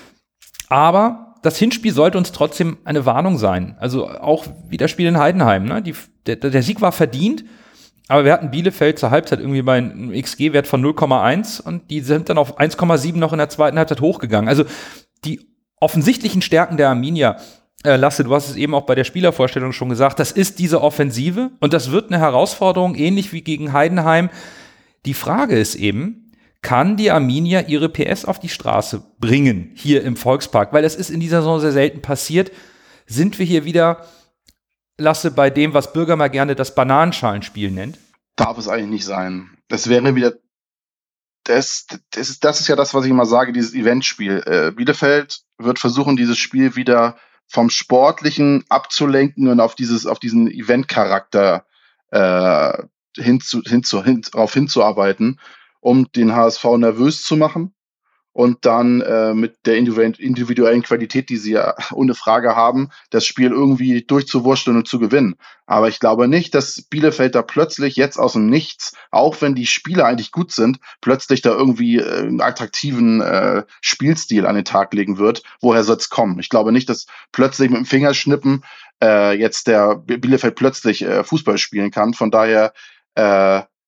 Aber das Hinspiel sollte uns trotzdem eine Warnung sein. Also auch wie das Spiel in Heidenheim. Ne? Die, der, der Sieg war verdient, aber wir hatten Bielefeld zur Halbzeit irgendwie bei einem X G-Wert von null Komma eins und die sind dann auf eins Komma sieben noch in der zweiten Halbzeit hochgegangen. Also die offensichtlichen Stärken der Arminia, Äh, Lasse, du hast es eben auch bei der Spielervorstellung schon gesagt, das ist diese Offensive und das wird eine Herausforderung, ähnlich wie gegen Heidenheim. Die Frage ist eben, kann die Arminia ihre P S auf die Straße bringen, hier im Volkspark? Weil das ist in dieser Saison sehr selten passiert. Sind wir hier wieder, Lasse, bei dem, was Bürger mal gerne das Bananenschalenspiel nennt? Darf es eigentlich nicht sein. Das wäre wieder, das, das, ist, das ist ja das, was ich immer sage, dieses Eventspiel. Äh, Bielefeld wird versuchen, dieses Spiel wieder vom Sportlichen abzulenken und auf dieses, auf diesen Event-Charakter äh, hinzu, hinzu, hin, darauf hinzuarbeiten, um den H S V nervös zu machen und dann äh, mit der individuellen Qualität, die sie ja ohne Frage haben, das Spiel irgendwie durchzuwursteln und zu gewinnen. Aber ich glaube nicht, dass Bielefeld da plötzlich jetzt aus dem Nichts, auch wenn die Spieler eigentlich gut sind, plötzlich da irgendwie äh, einen attraktiven äh, Spielstil an den Tag legen wird. Woher soll es kommen? Ich glaube nicht, dass plötzlich mit dem Fingerschnippen äh, jetzt der Bielefeld plötzlich äh, Fußball spielen kann. Von daher äh,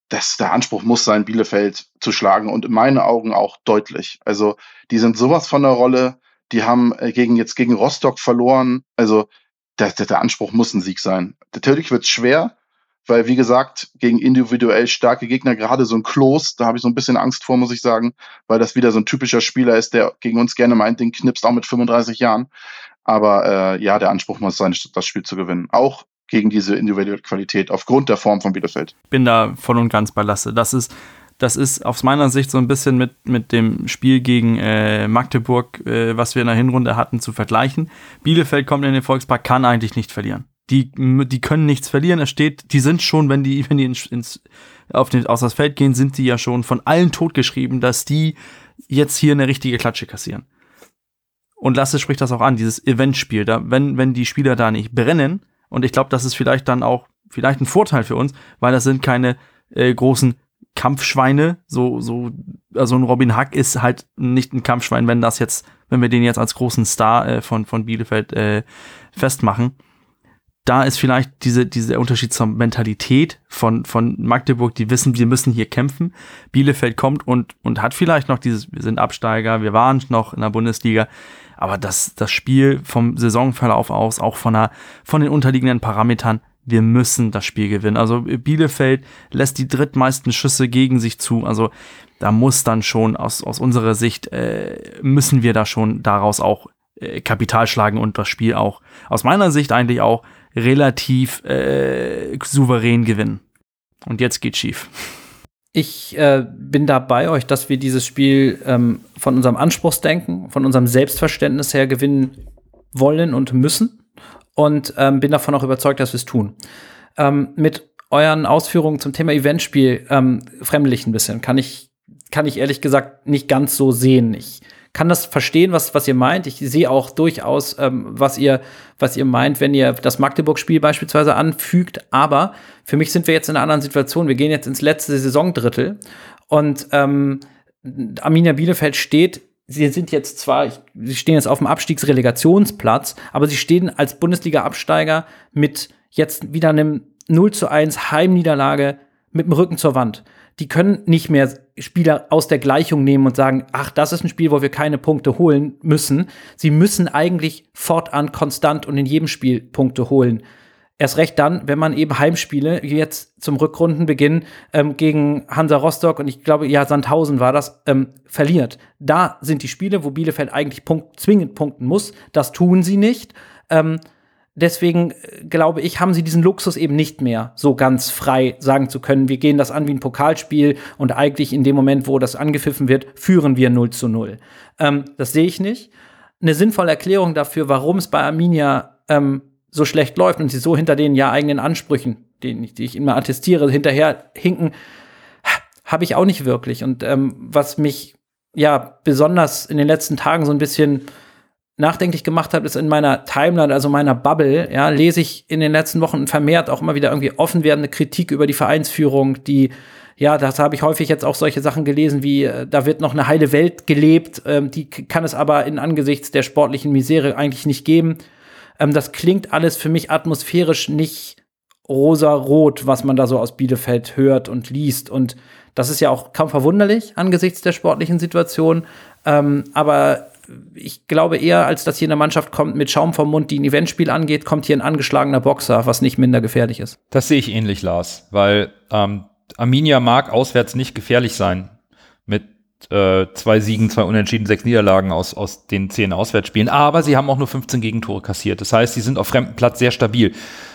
das, der Anspruch muss sein, Bielefeld zu schlagen und in meinen Augen auch deutlich. Also die sind sowas von der Rolle, die haben gegen jetzt gegen Rostock verloren. Also der, der, der Anspruch muss ein Sieg sein. Natürlich wird es schwer, weil wie gesagt, gegen individuell starke Gegner, gerade so ein Klos, da habe ich so ein bisschen Angst vor, muss ich sagen, weil das wieder so ein typischer Spieler ist, der gegen uns gerne meint, den knipst auch mit fünfunddreißig Jahren. Aber äh, ja, der Anspruch muss sein, das Spiel zu gewinnen. Auch gegen diese individuelle Qualität, aufgrund der Form von Bielefeld. Bin da voll und ganz bei Lasse. Das ist, das ist aus meiner Sicht so ein bisschen mit, mit dem Spiel gegen äh, Magdeburg, äh, was wir in der Hinrunde hatten, zu vergleichen. Bielefeld kommt in den Volkspark, kann eigentlich nicht verlieren. Die, die können nichts verlieren. Es steht, die sind schon, wenn die, wenn die ins, ins, auf den, aus das Feld gehen, sind die ja schon von allen totgeschrieben, dass die jetzt hier eine richtige Klatsche kassieren. Und Lasse spricht das auch an, dieses Eventspiel. Da, wenn, wenn die Spieler da nicht brennen, und ich glaube, das ist vielleicht dann auch vielleicht ein Vorteil für uns, weil das sind keine äh, großen Kampfschweine. So, so, also ein Robin Hack ist halt nicht ein Kampfschwein, wenn das jetzt, wenn wir den jetzt als großen Star äh, von, von Bielefeld äh, festmachen. Da ist vielleicht diese, dieser Unterschied zur Mentalität von, von Magdeburg, die wissen, wir müssen hier kämpfen. Bielefeld kommt und, und hat vielleicht noch dieses, wir sind Absteiger, wir waren noch in der Bundesliga. Aber das, das Spiel vom Saisonverlauf aus, auch von, der, von den unterliegenden Parametern, wir müssen das Spiel gewinnen. Also Bielefeld lässt die drittmeisten Schüsse gegen sich zu. Also da muss dann schon aus, aus unserer Sicht, äh, müssen wir da schon daraus auch äh, Kapital schlagen und das Spiel auch, aus meiner Sicht eigentlich auch, relativ äh, souverän gewinnen. Und jetzt geht's schief. Ich äh, bin da bei euch, dass wir dieses Spiel ähm, von unserem Anspruchsdenken, von unserem Selbstverständnis her gewinnen wollen und müssen. Und ähm, bin davon auch überzeugt, dass wir es tun. Ähm, mit euren Ausführungen zum Thema Eventspiel ähm, fremdel ich ein bisschen. Kann ich, kann ich ehrlich gesagt nicht ganz so sehen. Ich kann das verstehen, was, was ihr meint. Ich sehe auch durchaus, ähm, was ihr, was ihr meint, wenn ihr das Magdeburg-Spiel beispielsweise anfügt. Aber für mich sind wir jetzt in einer anderen Situation. Wir gehen jetzt ins letzte Saisondrittel. Und ähm, Arminia Bielefeld steht, sie sind jetzt zwar, sie stehen jetzt auf dem Abstiegsrelegationsplatz, aber sie stehen als Bundesliga-Absteiger mit jetzt wieder einem null zu eins Heimniederlage mit dem Rücken zur Wand. Die können nicht mehr Spieler aus der Gleichung nehmen und sagen, ach, das ist ein Spiel, wo wir keine Punkte holen müssen. Sie müssen eigentlich fortan konstant und in jedem Spiel Punkte holen. Erst recht dann, wenn man eben Heimspiele, wie jetzt zum Rückrundenbeginn ähm, gegen Hansa Rostock und ich glaube, ja, Sandhausen war das, ähm, verliert. Da sind die Spiele, wo Bielefeld eigentlich punkt, zwingend punkten muss. Das tun sie nicht. Ähm, Deswegen, glaube ich, haben sie diesen Luxus eben nicht mehr, so ganz frei sagen zu können, wir gehen das an wie ein Pokalspiel und eigentlich in dem Moment, wo das angepfiffen wird, führen wir null zu null. Ähm, das sehe ich nicht. Eine sinnvolle Erklärung dafür, warum es bei Arminia ähm, so schlecht läuft und sie so hinter den ja eigenen Ansprüchen, die, die ich immer attestiere, hinterher hinken, habe ich auch nicht wirklich. Und ähm, was mich ja besonders in den letzten Tagen so ein bisschen nachdenklich gemacht habe, ist in meiner Timeline, also meiner Bubble, ja, lese ich in den letzten Wochen vermehrt auch immer wieder irgendwie offen werdende Kritik über die Vereinsführung, die, ja, das habe ich häufig jetzt auch solche Sachen gelesen, wie, äh, da wird noch eine heile Welt gelebt, ähm, die kann es aber in angesichts der sportlichen Misere eigentlich nicht geben. Ähm, das klingt alles für mich atmosphärisch nicht rosa-rot, was man da so aus Bielefeld hört und liest. Und das ist ja auch kaum verwunderlich angesichts der sportlichen Situation. Ähm, aber ich glaube eher, als dass hier eine Mannschaft kommt mit Schaum vom Mund, die ein Eventspiel angeht, kommt hier ein angeschlagener Boxer, was nicht minder gefährlich ist. Das sehe ich ähnlich, Lars, weil ähm, Arminia mag auswärts nicht gefährlich sein mit äh, zwei Siegen, zwei Unentschieden, sechs Niederlagen aus, aus den zehn Auswärtsspielen, aber sie haben auch nur fünfzehn Gegentore kassiert. Das heißt, sie sind auf fremdem Platz sehr stabil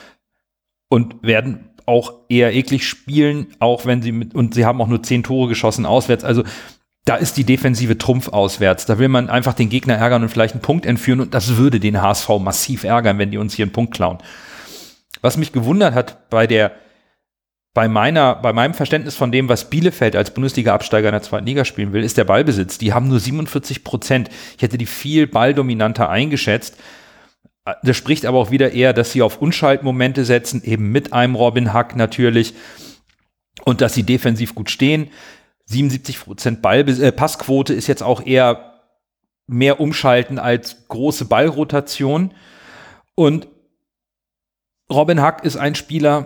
und werden auch eher eklig spielen, auch wenn sie mit, und sie haben auch nur zehn Tore geschossen auswärts, also da ist die Defensive Trumpf auswärts. Da will man einfach den Gegner ärgern und vielleicht einen Punkt entführen. Und das würde den H S V massiv ärgern, wenn die uns hier einen Punkt klauen. Was mich gewundert hat bei der, bei meiner, bei meinem Verständnis von dem, was Bielefeld als Bundesliga-Absteiger in der zweiten Liga spielen will, ist der Ballbesitz. Die haben nur siebenundvierzig Prozent. Ich hätte die viel balldominanter eingeschätzt. Das spricht aber auch wieder eher, dass sie auf Unschaltmomente setzen, eben mit einem Robin Hack natürlich. Und dass sie defensiv gut stehen. siebenundsiebzig Prozent Ball, äh, Passquote ist jetzt auch eher mehr umschalten als große Ballrotation. Und Robin Hack ist ein Spieler,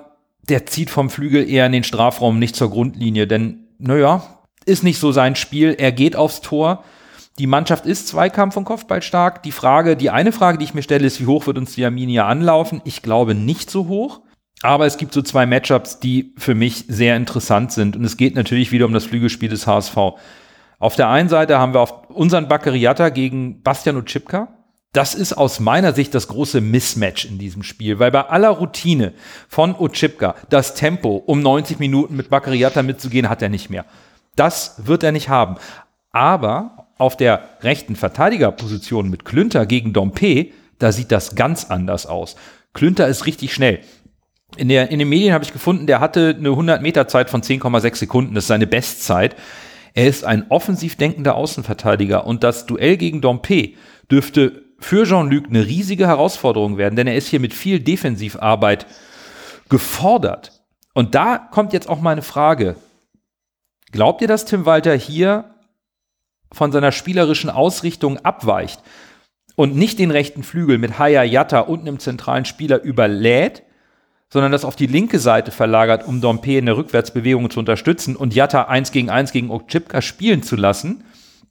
der zieht vom Flügel eher in den Strafraum, nicht zur Grundlinie, denn, naja, ist nicht so sein Spiel, er geht aufs Tor. Die Mannschaft ist Zweikampf- und Kopfballstark. Die Frage, die eine Frage, die ich mir stelle, ist, wie hoch wird uns die Arminia anlaufen? Ich glaube nicht so hoch, aber es gibt so zwei Matchups, die für mich sehr interessant sind und es geht natürlich wieder um das Flügelspiel des H S V. Auf der einen Seite haben wir auf unseren Baccariata gegen Bastian Oczipka. Das ist aus meiner Sicht das große Mismatch in diesem Spiel, weil bei aller Routine von Oczipka das Tempo, um neunzig Minuten mit Baccariata mitzugehen, hat er nicht mehr. Das wird er nicht haben. Aber auf der rechten Verteidigerposition mit Klünter gegen Dompe, da sieht das ganz anders aus. Klünter ist richtig schnell. In, der, in den Medien habe ich gefunden, der hatte eine hundert-Meter-Zeit von zehn Komma sechs Sekunden. Das ist seine Bestzeit. Er ist ein offensiv denkender Außenverteidiger und das Duell gegen Dompe dürfte für Jean-Luc eine riesige Herausforderung werden, denn er ist hier mit viel Defensivarbeit gefordert. Und da kommt jetzt auch meine Frage. Glaubt ihr, dass Tim Walter hier von seiner spielerischen Ausrichtung abweicht und nicht den rechten Flügel mit Haya Yatta und einem zentralen Spieler überlädt, sondern das auf die linke Seite verlagert, um Dompe in der Rückwärtsbewegung zu unterstützen und Yatta eins gegen eins gegen Oczipka spielen zu lassen?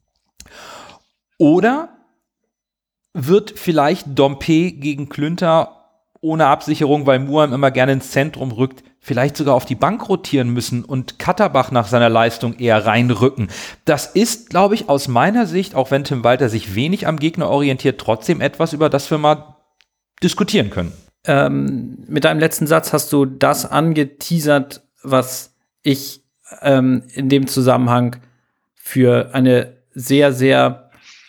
Oder wird vielleicht Dompe gegen Klünter ohne Absicherung, weil Muheim immer gerne ins Zentrum rückt, vielleicht sogar auf die Bank rotieren müssen und Katterbach nach seiner Leistung eher reinrücken? Das ist, glaube ich, aus meiner Sicht, auch wenn Tim Walter sich wenig am Gegner orientiert, trotzdem etwas, über das wir mal diskutieren können. Ähm, mit deinem letzten Satz hast du das angeteasert, was ich ähm, in dem Zusammenhang für eine sehr, sehr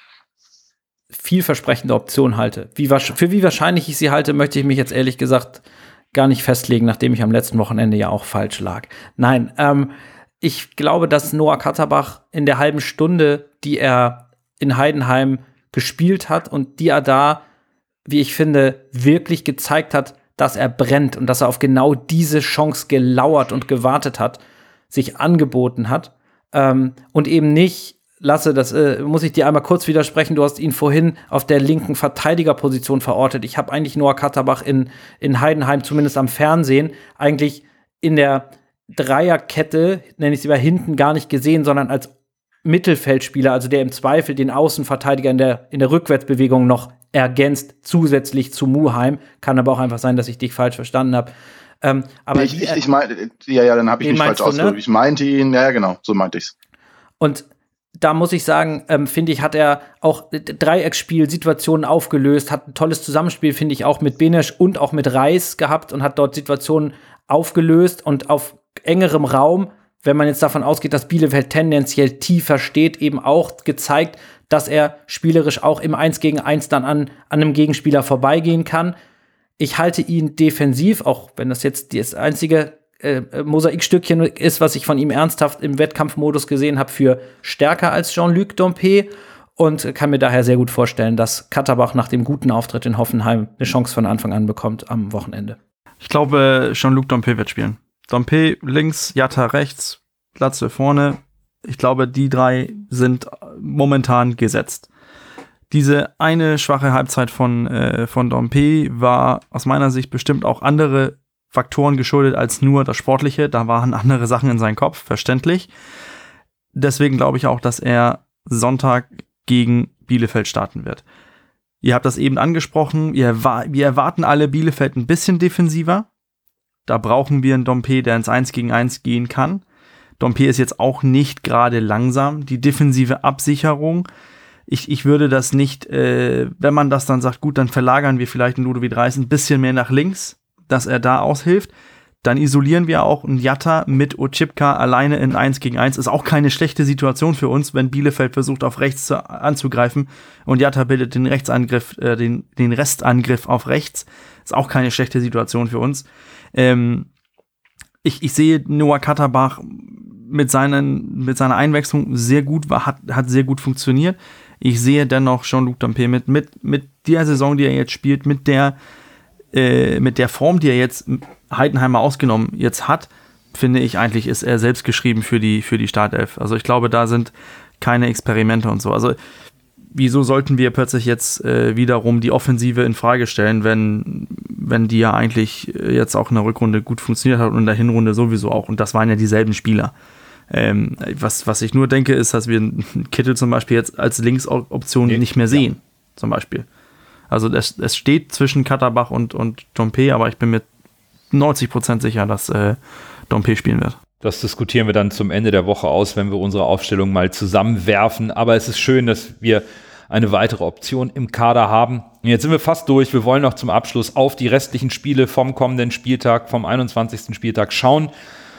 vielversprechende Option halte. Wie, für wie wahrscheinlich ich sie halte, möchte ich mich jetzt ehrlich gesagt gar nicht festlegen, nachdem ich am letzten Wochenende ja auch falsch lag. Nein, ähm, ich glaube, dass Noah Katterbach in der halben Stunde, die er in Heidenheim gespielt hat und die er da, wie ich finde, wirklich gezeigt hat, dass er brennt und dass er auf genau diese Chance gelauert und gewartet hat, sich angeboten hat ähm, und eben nicht Lasse, das äh, muss ich dir einmal kurz widersprechen. Du hast ihn vorhin auf der linken Verteidigerposition verortet. Ich habe eigentlich Noah Katterbach in, in Heidenheim, zumindest am Fernsehen, eigentlich in der Dreierkette, nenne ich sie mal, hinten gar nicht gesehen, sondern als Mittelfeldspieler, also der im Zweifel den Außenverteidiger in der, in der Rückwärtsbewegung noch ergänzt, zusätzlich zu Muheim. Kann aber auch einfach sein, dass ich dich falsch verstanden habe. Ähm, aber ich, ich, ich mein, ja, ja, dann habe ich mich falsch ausgedrückt. Ne? Ich meinte ihn, ja, ja, genau, so meinte ich's. Und da muss ich sagen, ähm, finde ich, hat er auch Dreiecksspiel-Situationen aufgelöst, hat ein tolles Zusammenspiel, finde ich, auch mit Benesch und auch mit Reis gehabt und hat dort Situationen aufgelöst und auf engerem Raum, wenn man jetzt davon ausgeht, dass Bielefeld tendenziell tiefer steht, eben auch gezeigt, dass er spielerisch auch im eins gegen eins dann an, an einem Gegenspieler vorbeigehen kann. Ich halte ihn defensiv, auch wenn das jetzt das einzige Äh, Mosaikstückchen ist, was ich von ihm ernsthaft im Wettkampfmodus gesehen habe, für stärker als Jean-Luc Dompe und kann mir daher sehr gut vorstellen, dass Katterbach nach dem guten Auftritt in Hoffenheim eine Chance von Anfang an bekommt am Wochenende. Ich glaube, Jean-Luc Dompe wird spielen. Dompe links, Yatta rechts, Glatze vorne. Ich glaube, die drei sind momentan gesetzt. Diese eine schwache Halbzeit von, äh, von Dompe war aus meiner Sicht bestimmt auch andere Faktoren geschuldet als nur das Sportliche. Da waren andere Sachen in seinem Kopf, verständlich. Deswegen glaube ich auch, dass er Sonntag gegen Bielefeld starten wird. Ihr habt das eben angesprochen. Wir, wir erwarten alle Bielefeld ein bisschen defensiver. Da brauchen wir einen Dompe, der ins eins gegen eins gehen kann. Dompe ist jetzt auch nicht gerade langsam. Die defensive Absicherung, ich, ich würde das nicht, äh, wenn man das dann sagt, gut, dann verlagern wir vielleicht einen Ludovic Reis ein bisschen mehr nach links, dass er da aushilft. Dann isolieren wir auch einen Yatta mit Oczipka alleine in eins gegen eins. Ist auch keine schlechte Situation für uns, wenn Bielefeld versucht, auf rechts zu, anzugreifen und Yatta bildet den Rechtsangriff, äh, den, den Restangriff auf rechts. Ist auch keine schlechte Situation für uns. Ähm, ich, ich sehe Noah Katterbach mit, seinen, mit seiner Einwechslung sehr gut, war, hat, hat sehr gut funktioniert. Ich sehe dennoch Jean-Luc Dompe mit, mit, mit der Saison, die er jetzt spielt, mit der Äh, mit der Form, die er jetzt Heidenheimer ausgenommen jetzt hat, finde ich eigentlich, ist er selbst geschrieben für die, für die Startelf. Also ich glaube, da sind keine Experimente und so. Also wieso sollten wir plötzlich jetzt äh, wiederum die Offensive in Frage stellen, wenn, wenn die ja eigentlich jetzt auch in der Rückrunde gut funktioniert hat und in der Hinrunde sowieso auch. Und das waren ja dieselben Spieler. Ähm, was, was ich nur denke, ist, dass wir Kittel zum Beispiel jetzt als Linksoption nee, nicht mehr sehen, ja. zum Beispiel. Also es, es steht zwischen Katterbach und, und Dompe, aber ich bin mir neunzig Prozent sicher, dass äh, Dompe spielen wird. Das diskutieren wir dann zum Ende der Woche aus, wenn wir unsere Aufstellung mal zusammenwerfen. Aber es ist schön, dass wir eine weitere Option im Kader haben. Jetzt sind wir fast durch. Wir wollen noch zum Abschluss auf die restlichen Spiele vom kommenden Spieltag, vom einundzwanzigsten Spieltag schauen.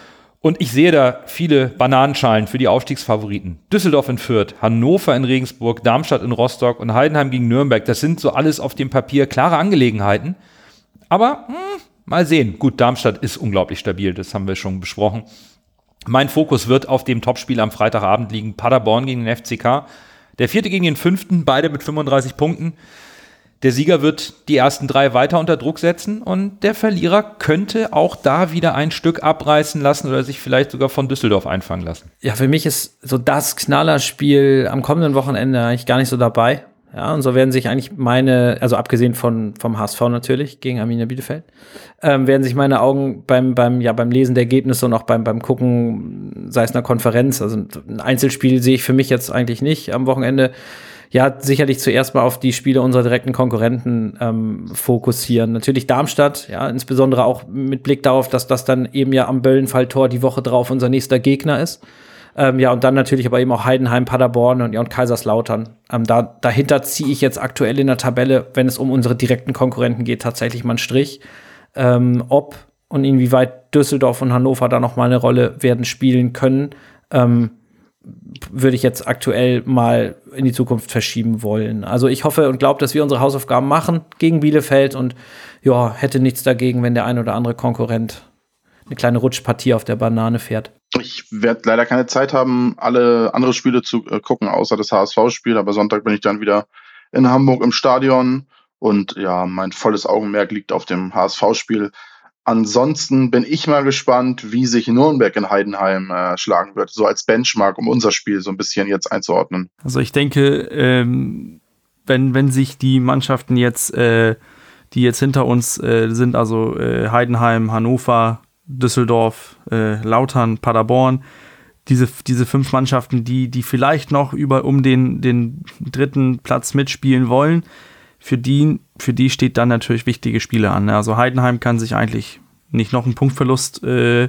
Und ich sehe da viele Bananenschalen für die Aufstiegsfavoriten. Düsseldorf in Fürth, Hannover in Regensburg, Darmstadt in Rostock und Heidenheim gegen Nürnberg. Das sind so alles auf dem Papier klare Angelegenheiten. Aber hm, mal sehen. Gut, Darmstadt ist unglaublich stabil, das haben wir schon besprochen. Mein Fokus wird auf dem Topspiel am Freitagabend liegen. Paderborn gegen den F C K. Der vierte gegen den fünften, beide mit fünfunddreißig Punkten. Der Sieger wird die ersten drei weiter unter Druck setzen und der Verlierer könnte auch da wieder ein Stück abreißen lassen oder sich vielleicht sogar von Düsseldorf einfangen lassen. Ja, für mich ist so das Knallerspiel am kommenden Wochenende eigentlich gar nicht so dabei. Ja, und so werden sich eigentlich meine, also abgesehen von, vom H S V natürlich gegen Arminia Bielefeld, ähm, werden sich meine Augen beim, beim, ja, beim Lesen der Ergebnisse und auch beim, beim Gucken, sei es einer Konferenz, also ein Einzelspiel sehe ich für mich jetzt eigentlich nicht am Wochenende. Ja, sicherlich zuerst mal auf die Spiele unserer direkten Konkurrenten ähm, fokussieren. Natürlich Darmstadt, ja, insbesondere auch mit Blick darauf, dass das dann eben ja am Böllenfalltor die Woche drauf unser nächster Gegner ist. Ähm, ja, und dann natürlich aber eben auch Heidenheim, Paderborn und, ja, und Kaiserslautern. Ähm, da, dahinter ziehe ich jetzt aktuell in der Tabelle, wenn es um unsere direkten Konkurrenten geht, tatsächlich mal einen Strich. Ähm, ob und inwieweit Düsseldorf und Hannover da noch mal eine Rolle werden spielen können, ähm, würde ich jetzt aktuell mal in die Zukunft verschieben wollen. Also ich hoffe und glaube, dass wir unsere Hausaufgaben machen gegen Bielefeld und ja, hätte nichts dagegen, wenn der ein oder andere Konkurrent eine kleine Rutschpartie auf der Banane fährt. Ich werde leider keine Zeit haben, alle andere Spiele zu äh, gucken, außer das H S V-Spiel, aber Sonntag bin ich dann wieder in Hamburg im Stadion und ja, mein volles Augenmerk liegt auf dem H S V-Spiel. Ansonsten bin ich mal gespannt, wie sich Nürnberg in Heidenheim äh, schlagen wird, so als Benchmark, um unser Spiel so ein bisschen jetzt einzuordnen. Also ich denke, ähm, wenn, wenn sich die Mannschaften jetzt, äh, die jetzt hinter uns äh, sind, also äh, Heidenheim, Hannover, Düsseldorf, äh, Lautern, Paderborn, diese, diese fünf Mannschaften, die, die vielleicht noch über um den, den dritten Platz mitspielen wollen, für die, für die steht dann natürlich wichtige Spiele an. Also Heidenheim kann sich eigentlich nicht noch einen Punktverlust äh,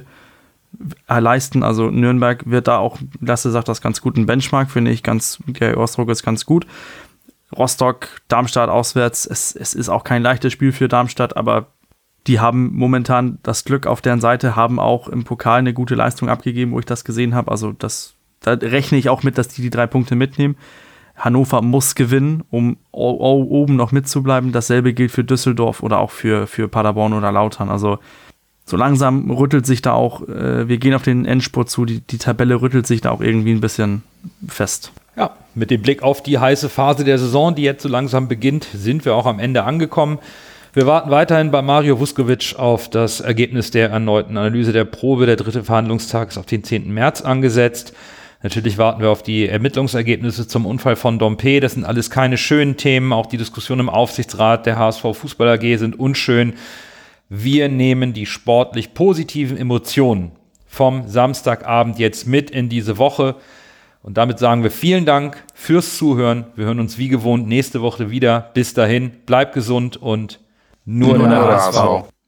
leisten. Also Nürnberg wird da auch, Lasse sagt das ganz gut, ein Benchmark, finde ich, ganz, der Ausdruck ist ganz gut. Rostock, Darmstadt auswärts, es, es ist auch kein leichtes Spiel für Darmstadt, aber die haben momentan das Glück auf deren Seite, haben auch im Pokal eine gute Leistung abgegeben, wo ich das gesehen habe. Also das, da rechne ich auch mit, dass die die drei Punkte mitnehmen. Hannover muss gewinnen, um oben noch mitzubleiben. Dasselbe gilt für Düsseldorf oder auch für, für Paderborn oder Lautern. Also so langsam rüttelt sich da auch, äh, wir gehen auf den Endspurt zu, die, die Tabelle rüttelt sich da auch irgendwie ein bisschen fest. Ja, mit dem Blick auf die heiße Phase der Saison, die jetzt so langsam beginnt, sind wir auch am Ende angekommen. Wir warten weiterhin bei Mario Vuskovic auf das Ergebnis der erneuten Analyse der Probe. Der dritte Verhandlungstag ist auf den zehnten März angesetzt. Natürlich warten wir auf die Ermittlungsergebnisse zum Unfall von Dompe. Das sind alles keine schönen Themen. Auch die Diskussionen im Aufsichtsrat der H S V Fußball A G sind unschön. Wir nehmen die sportlich positiven Emotionen vom Samstagabend jetzt mit in diese Woche. Und damit sagen wir vielen Dank fürs Zuhören. Wir hören uns wie gewohnt nächste Woche wieder. Bis dahin, bleibt gesund und nur, nur der H S V.